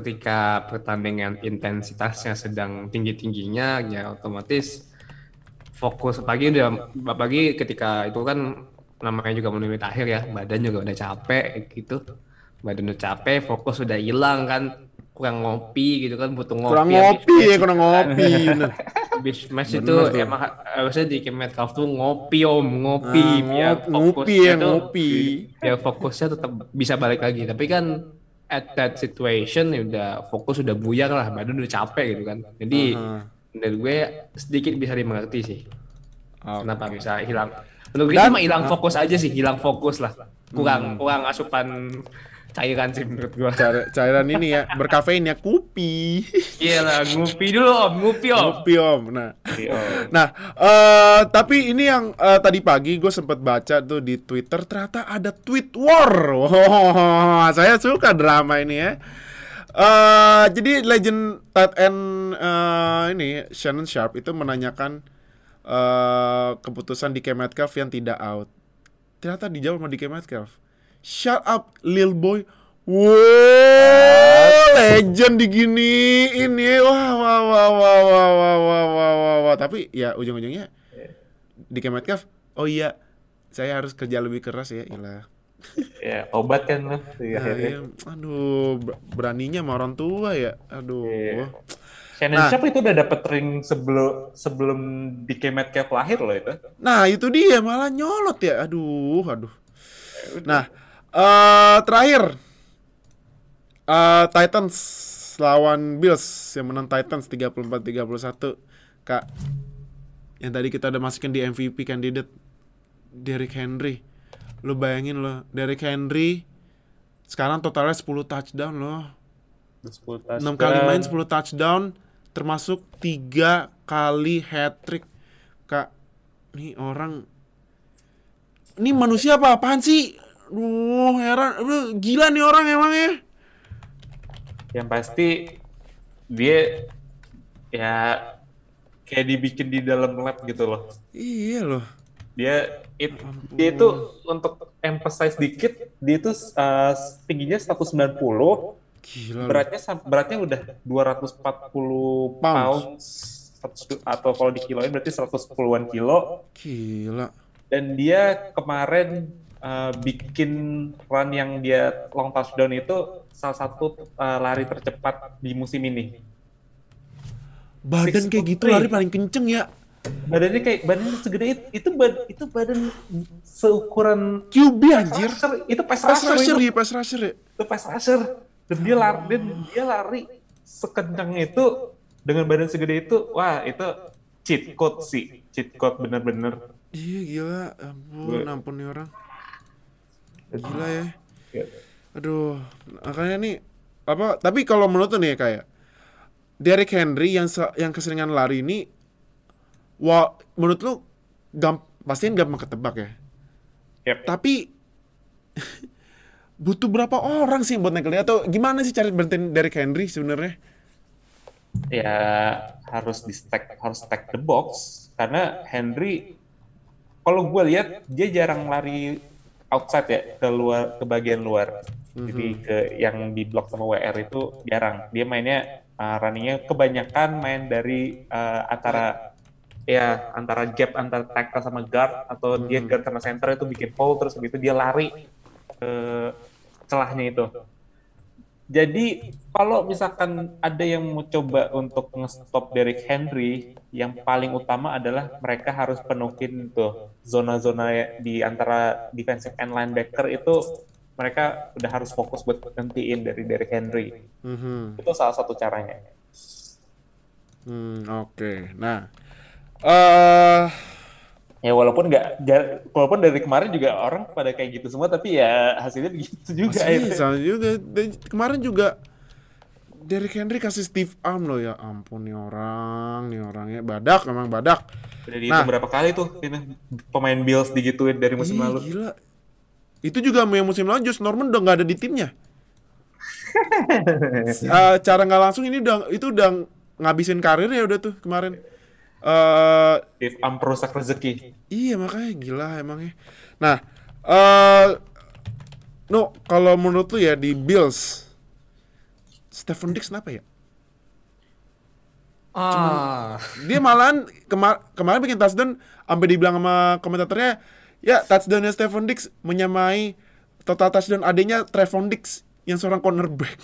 ketika pertandingan intensitasnya sedang tinggi-tingginya, ya otomatis fokus pagi ketika itu kan namanya juga menit akhir ya, badan juga udah capek gitu, badan udah capek, fokus udah hilang kan, kurang ngopi gitu kan, butuh ngopi kurang ngopi. Bener. habis match Bener itu tuh. emang harusnya di Metcalf tuh ngopi biar Ngopi. biar fokusnya tetap bisa balik lagi, tapi kan at that situation ya udah fokus udah buyar lah, badan udah capek gitu kan, jadi menurut gue sedikit bisa dimengerti sih. Kenapa bisa hilang? Menurut gue cuma hilang fokus aja sih, hilang fokus lah. Kurang asupan cairan sih menurut gue. Cairan ini ya, berkafein ya, kopi. Iya lah, ngopi dulu om, ngopi om. Kopi om. Nah, tapi ini yang tadi pagi gue sempet baca tuh di Twitter, ternyata ada tweet war. Wow, saya suka drama ini ya. Jadi legend tight end ini Shannon Sharp itu menanyakan keputusan DK Metcalf yang tidak out. Ternyata dijawab sama DK Metcalf, "Shut up, lil boy." Wow, legend diginiin ya. Wah. Tapi ya ujung-ujungnya DK Metcalf, "Oh iya, saya harus kerja lebih keras ya." Iyalah. Ya, obat kan loh. Iya. Aduh, beraninya sama orang tua ya. Aduh. Shannon Sharp itu udah dapet ring sebelum DK Metcalf lahir loh itu. Nah, itu dia malah nyolot ya. Aduh. Nah, terakhir Titans lawan Bills yang menang Titans 34-31. Kak, yang tadi kita udah masukin di MVP candidate Derrick Henry. Lu bayangin loh, Derrick Henry sekarang totalnya 10 touchdown loh. 6 kali main 10 touchdown, termasuk 3 kali hat-trick. Kak, nih orang, ini manusia apaan sih? Heran, gila nih orang emangnya. Yang pasti dia ya kayak dibikin di dalam lab gitu loh. Iya loh. Dia itu untuk emphasize dikit, dia itu tingginya 190. Gila. Beratnya udah 240 pounds atau kalau dikiloin berarti 110-an kilo. Gila. Dan dia kemarin bikin run yang dia long touchdown itu salah satu lari tercepat di musim ini. Badan kayak gitu lari paling kenceng ya. Badannya segede itu badan seukuran QB anjir. Itu pass rusher ya. Itu pass rusher. Dan dia lari sekencang itu dengan badan segede itu. Wah, itu cheat code sih. Cheat code bener-bener. Iya gila, ampun nih orang. Gila ya. Aduh, makanya nih apa? Tapi kalau menurut tuh nih kayak Derrick Henry yang keseringan lari ini, wah, menurut lu pastiin gampang ketebak ya. Yep. Tapi butuh berapa orang sih buat naik dia, atau gimana sih cara berhentiin Derrick Henry sebenarnya? Ya harus stack the box, karena Henry kalau gue lihat dia jarang lari outside ya, ke bagian luar. Jadi ke yang di block sama WR itu jarang. Dia mainnya runningnya kebanyakan main dari antara gap antara tackle sama guard, atau dia guard sama center itu bikin hole, terus begitu dia lari ke celahnya itu. Jadi kalau misalkan ada yang mau coba untuk nge-stop Derrick Henry, yang paling utama adalah mereka harus penuhin tuh zona-zona di antara defensive end linebacker itu, mereka udah harus fokus buat gantiin dari Derrick Henry. Itu salah satu caranya. Oke. Nah, ya walaupun dari kemarin juga orang pada kayak gitu semua, tapi ya hasilnya begitu juga. Sama juga. Kemarin juga Derrick Henry kasih stiff arm loh, ya ampun nih orangnya badak, memang badak. Udah dihitung berapa kali tuh ini pemain Bills digituin dari musim lalu. Gila. Itu juga yang musim lalu Josh Norman udah nggak ada di timnya. Cara nggak langsung ini udah ngabisin karirnya udah tuh kemarin. If perusak rezeki. Iya makanya gila emangnya. Nah, kalau menurut lu ya di Bills, Stefon Diggs kenapa ya? Dia malahan kemarin bikin touchdown sampai dibilang sama komentatornya, ya touchdownnya Stephon Diggs menyamai total touchdown adanya Trevon Diggs yang seorang cornerback.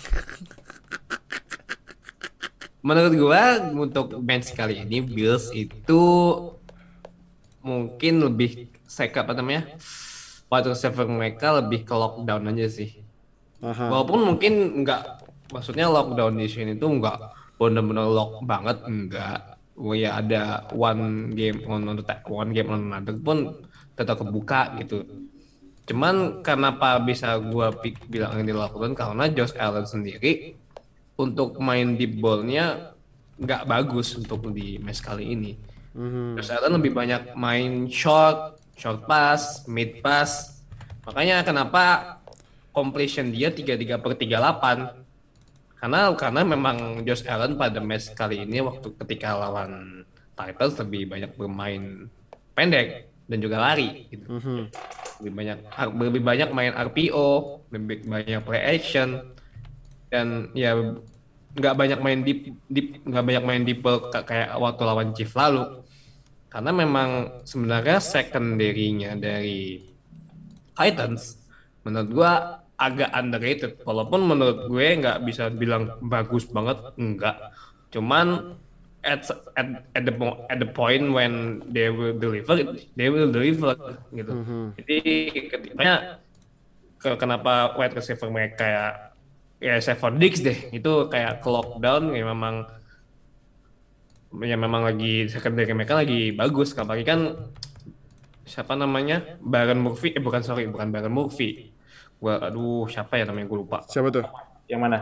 Menurut gua untuk match kali ini Bills itu mungkin lebih wide receiver mereka lebih ke lockdown aja sih. Walaupun mungkin maksudnya lockdown di sini tuh enggak benar-benar lock banget, enggak. Ya ada one game on another pun tetap kebuka gitu. Cuman kenapa bisa gua bilang ini lockdown, karena Josh Allen sendiri untuk main deep ball-nya nggak bagus untuk di match kali ini. Josh Allen lebih banyak main short pass, mid pass. Makanya kenapa completion dia 33/38. Karena memang Josh Allen pada match kali ini waktu ketika lawan Titans lebih banyak bermain pendek dan juga lari gitu. Lebih banyak main RPO, lebih banyak play action. Dan ya nggak banyak main deep ball kayak waktu lawan Chiefs lalu, karena memang sebenarnya secondary-nya dari Titans menurut gua agak underrated, walaupun menurut gue nggak bisa bilang bagus banget, enggak, cuman at the point when they will deliver gitu. Jadi ketikanya kenapa wide receiver mereka kayak ya Stephon Diggs deh itu kayak ke lockdown, ya memang lagi secondary mereka lagi bagus, apalagi kan siapa namanya Byron Murphy bukan Byron Murphy, siapa ya namanya, gue lupa. Siapa tuh? Yang mana?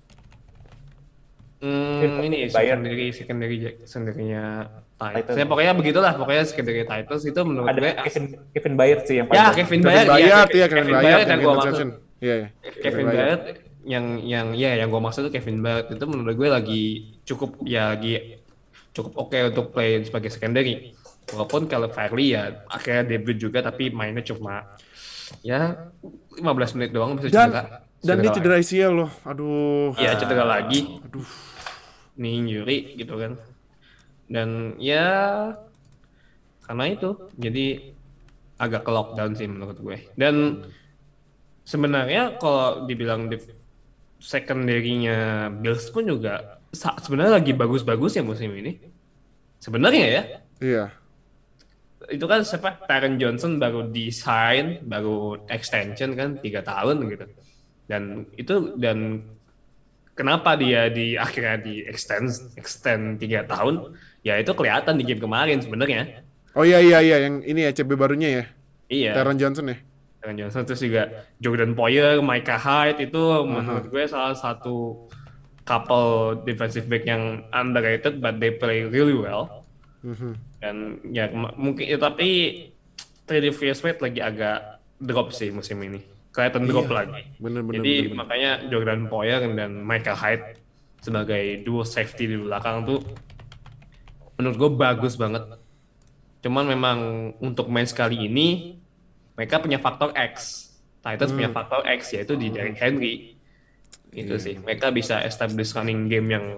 Ini secondary-nya Titans. Ya, pokoknya begitulah, secondary Titans itu menurut gue Kevin Byard sih yang paling. Ya, Kevin Byard yang gue maksud. Kevin Byard yang gue maksud itu Kevin Byard itu menurut gue lagi cukup oke untuk play sebagai secondary. Walaupun kalau Farley ya akhirnya debut juga tapi mainnya cuma ya 15 menit doang bisa cedera. Dan dia cedera ACL loh. Aduh. Iya, cedera lagi. Aduh. Nih injury gitu kan. Dan ya karena itu jadi agak ke lockdown sih menurut gue. Dan sebenarnya kalau dibilang secondary-nya Bills pun juga sebenarnya lagi bagus-bagus ya musim ini. Sebenarnya ya. Iya. Itu kan Taron Johnson baru di-sign, baru extension kan 3 tahun gitu. Dan kenapa dia akhirnya di extend 3 tahun? Ya itu kelihatan di game kemarin sebenarnya. Oh iya yang ini ya CB barunya ya. Iya. Taron Johnson ya. Taron Johnson terus juga Jordan Poyer, Micah Hyde itu menurut gue salah satu couple defensive back yang underrated but they play really well. Dan ya mungkin ya, tapi Tredavious White lagi agak drop sih musim ini. Kelihatan drop lagi. Bener, Jadi makanya Jordan Poyer dan Michael Hyde sebagai duo safety di belakang tuh menurut gue bagus banget. Cuman memang untuk match kali ini mereka punya faktor X. Titans punya faktor X yaitu di Derrick Henry. Itu sih. Mereka bisa establish running game yang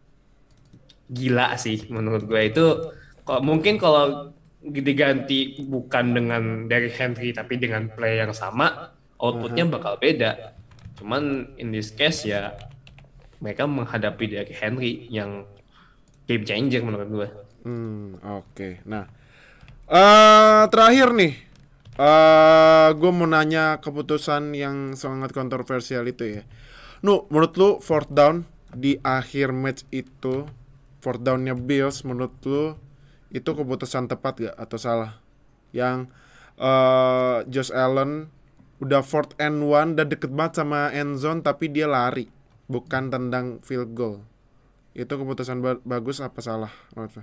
gila sih menurut gue itu. Mungkin kalau diganti bukan dengan Derrick Henry tapi dengan play yang sama, outputnya bakal beda. Cuman in this case ya mereka menghadapi Derrick Henry yang game changer menurut gue. Oke. Nah, terakhir nih, gue mau nanya keputusan yang sangat kontroversial itu ya. Menurut lu fourth down di akhir match itu, fourth down-nya Bills, menurut lu itu keputusan tepat gak atau salah? Yang Josh Allen udah 4th and 1 dan deket banget sama end zone tapi dia lari, bukan tendang field goal. Itu keputusan bagus apa salah menurut lu?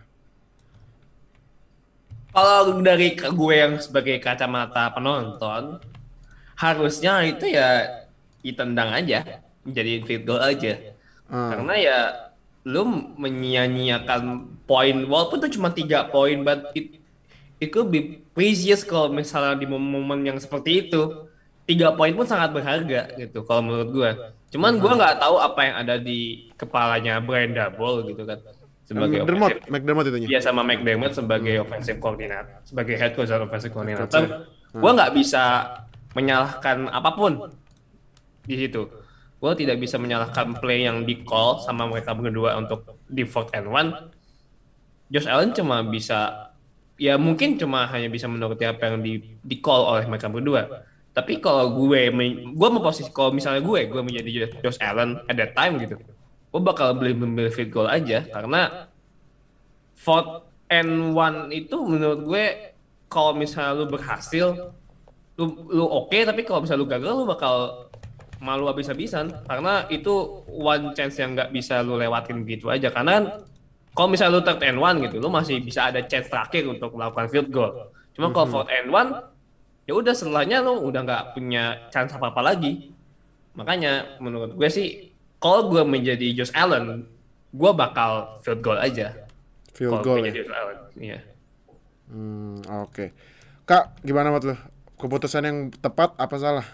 Kalau dari gue yang sebagai kacamata penonton, harusnya itu ya ditendang aja, jadiin field goal aja. Karena ya lu menyia-nyiakan poin, walaupun itu cuma 3 poin, but it could be precious kalau misalnya di momen yang seperti itu. 3 poin pun sangat berharga gitu kalau menurut gue. Cuman gue nggak tahu apa yang ada di kepalanya Brian Daboll gitu kan. sebagai McDermott itunya. Iya, sama McDermott sebagai offensive coordinator, sebagai head coach dan offensive coordinator. Gue nggak bisa menyalahkan apapun di situ. Gue tidak bisa menyalahkan play yang di call sama mereka berdua untuk di 4th and 1. Josh Allen cuma bisa, ya mungkin cuma hanya bisa menuruti apa yang di call oleh mereka berdua. Tapi kalau gue memposisi, kalau misalnya gue menjadi Josh Allen at that time gitu, gue bakal beli field goal aja, karena 4th and 1 itu menurut gue kalau misalnya lu berhasil, lu oke, tapi kalau misalnya lu gagal, lu bakal malu habis-habisan, karena itu one chance yang nggak bisa lu lewatin gitu aja. Karena kalau misalnya lu 3rd and 1 gitu, lu masih bisa ada chance terakhir untuk melakukan field goal. Cuma kalau 4th and 1, ya udah setelahnya lu udah nggak punya chance apa-apa lagi. Makanya menurut gue sih, kalau gue menjadi Josh Allen, gue bakal field goal aja. Field goal ya? Josh Allen, iya. Oke. Kak, gimana menurut lu? Keputusan yang tepat apa salah?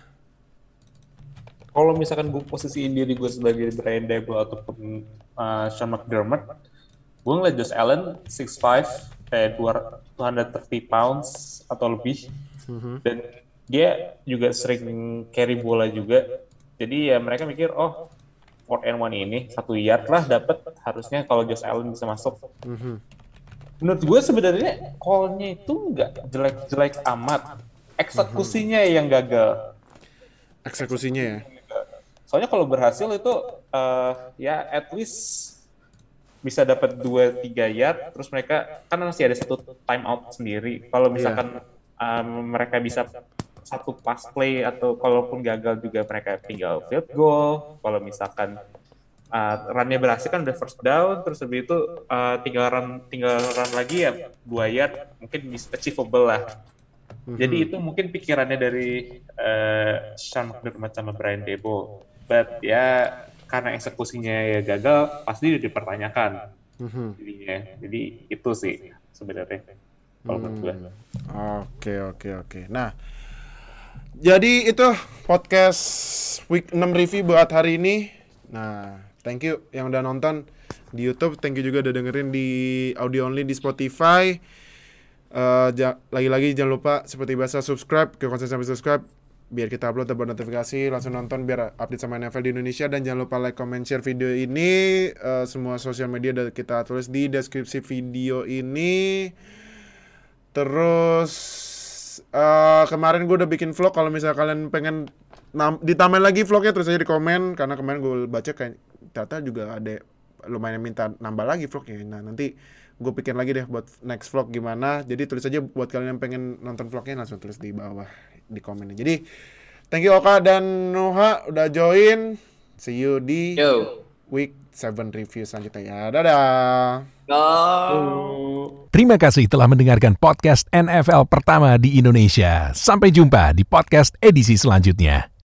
Kalau misalkan gue posisiin diri gue sebagai Brian Daboll ataupun Sean McDermott, gue ngeliat Josh Allen 6'5", kayak 230 pounds atau lebih. Dan dia juga sering carry bola juga. Jadi ya mereka mikir, 4th and 1 ini 1 yard lah dapat, harusnya kalau Josh Allen bisa masuk. Menurut gue sebenarnya call-nya itu nggak jelek-jelek amat. Eksekusinya yang gagal. Eksekusinya ya? Soalnya kalau berhasil itu ya at least bisa dapat 2-3 yard, terus mereka kan masih ada 1 time out sendiri. Kalau misalkan mereka bisa 1 pass play, atau kalaupun gagal juga mereka tinggal field goal. Kalau misalkan run-nya berhasil kan udah first down, terus habis itu tinggal run lagi ya 2 yard, mungkin bisa achievable lah. Jadi itu mungkin pikirannya dari Sean McDermott sama Brian Daboll. But ya karena eksekusinya ya gagal, pasti dipertanyakan jadinya. Jadi itu sih sebenarnya kalau menurut gue. Oke. Nah, jadi itu podcast week 6 review buat hari ini. Nah, thank you yang udah nonton di YouTube, thank you juga udah dengerin di audio only di Spotify. Lagi-lagi jangan lupa seperti biasa subscribe, sampai subscribe biar kita upload dapat notifikasi, langsung nonton biar update sama NFL di Indonesia. Dan jangan lupa like, comment, share video ini. Semua sosial media udah kita tulis di deskripsi video ini. Terus kemarin gue udah bikin vlog, kalau misalnya kalian pengen ditambahin lagi vlognya, terus aja di komen, karena kemarin gue baca kayak ternyata juga ada lumayan minta nambah lagi vlognya. Nah, nanti gue pikir lagi deh buat next vlog gimana. Jadi tulis aja buat kalian yang pengen nonton vlognya, langsung tulis di bawah di komennya. Jadi thank you Oka dan Noha udah join. See you di week 7 review selanjutnya ya. Dadah. Terima kasih telah mendengarkan podcast NFL pertama di Indonesia. Sampai jumpa di podcast edisi selanjutnya.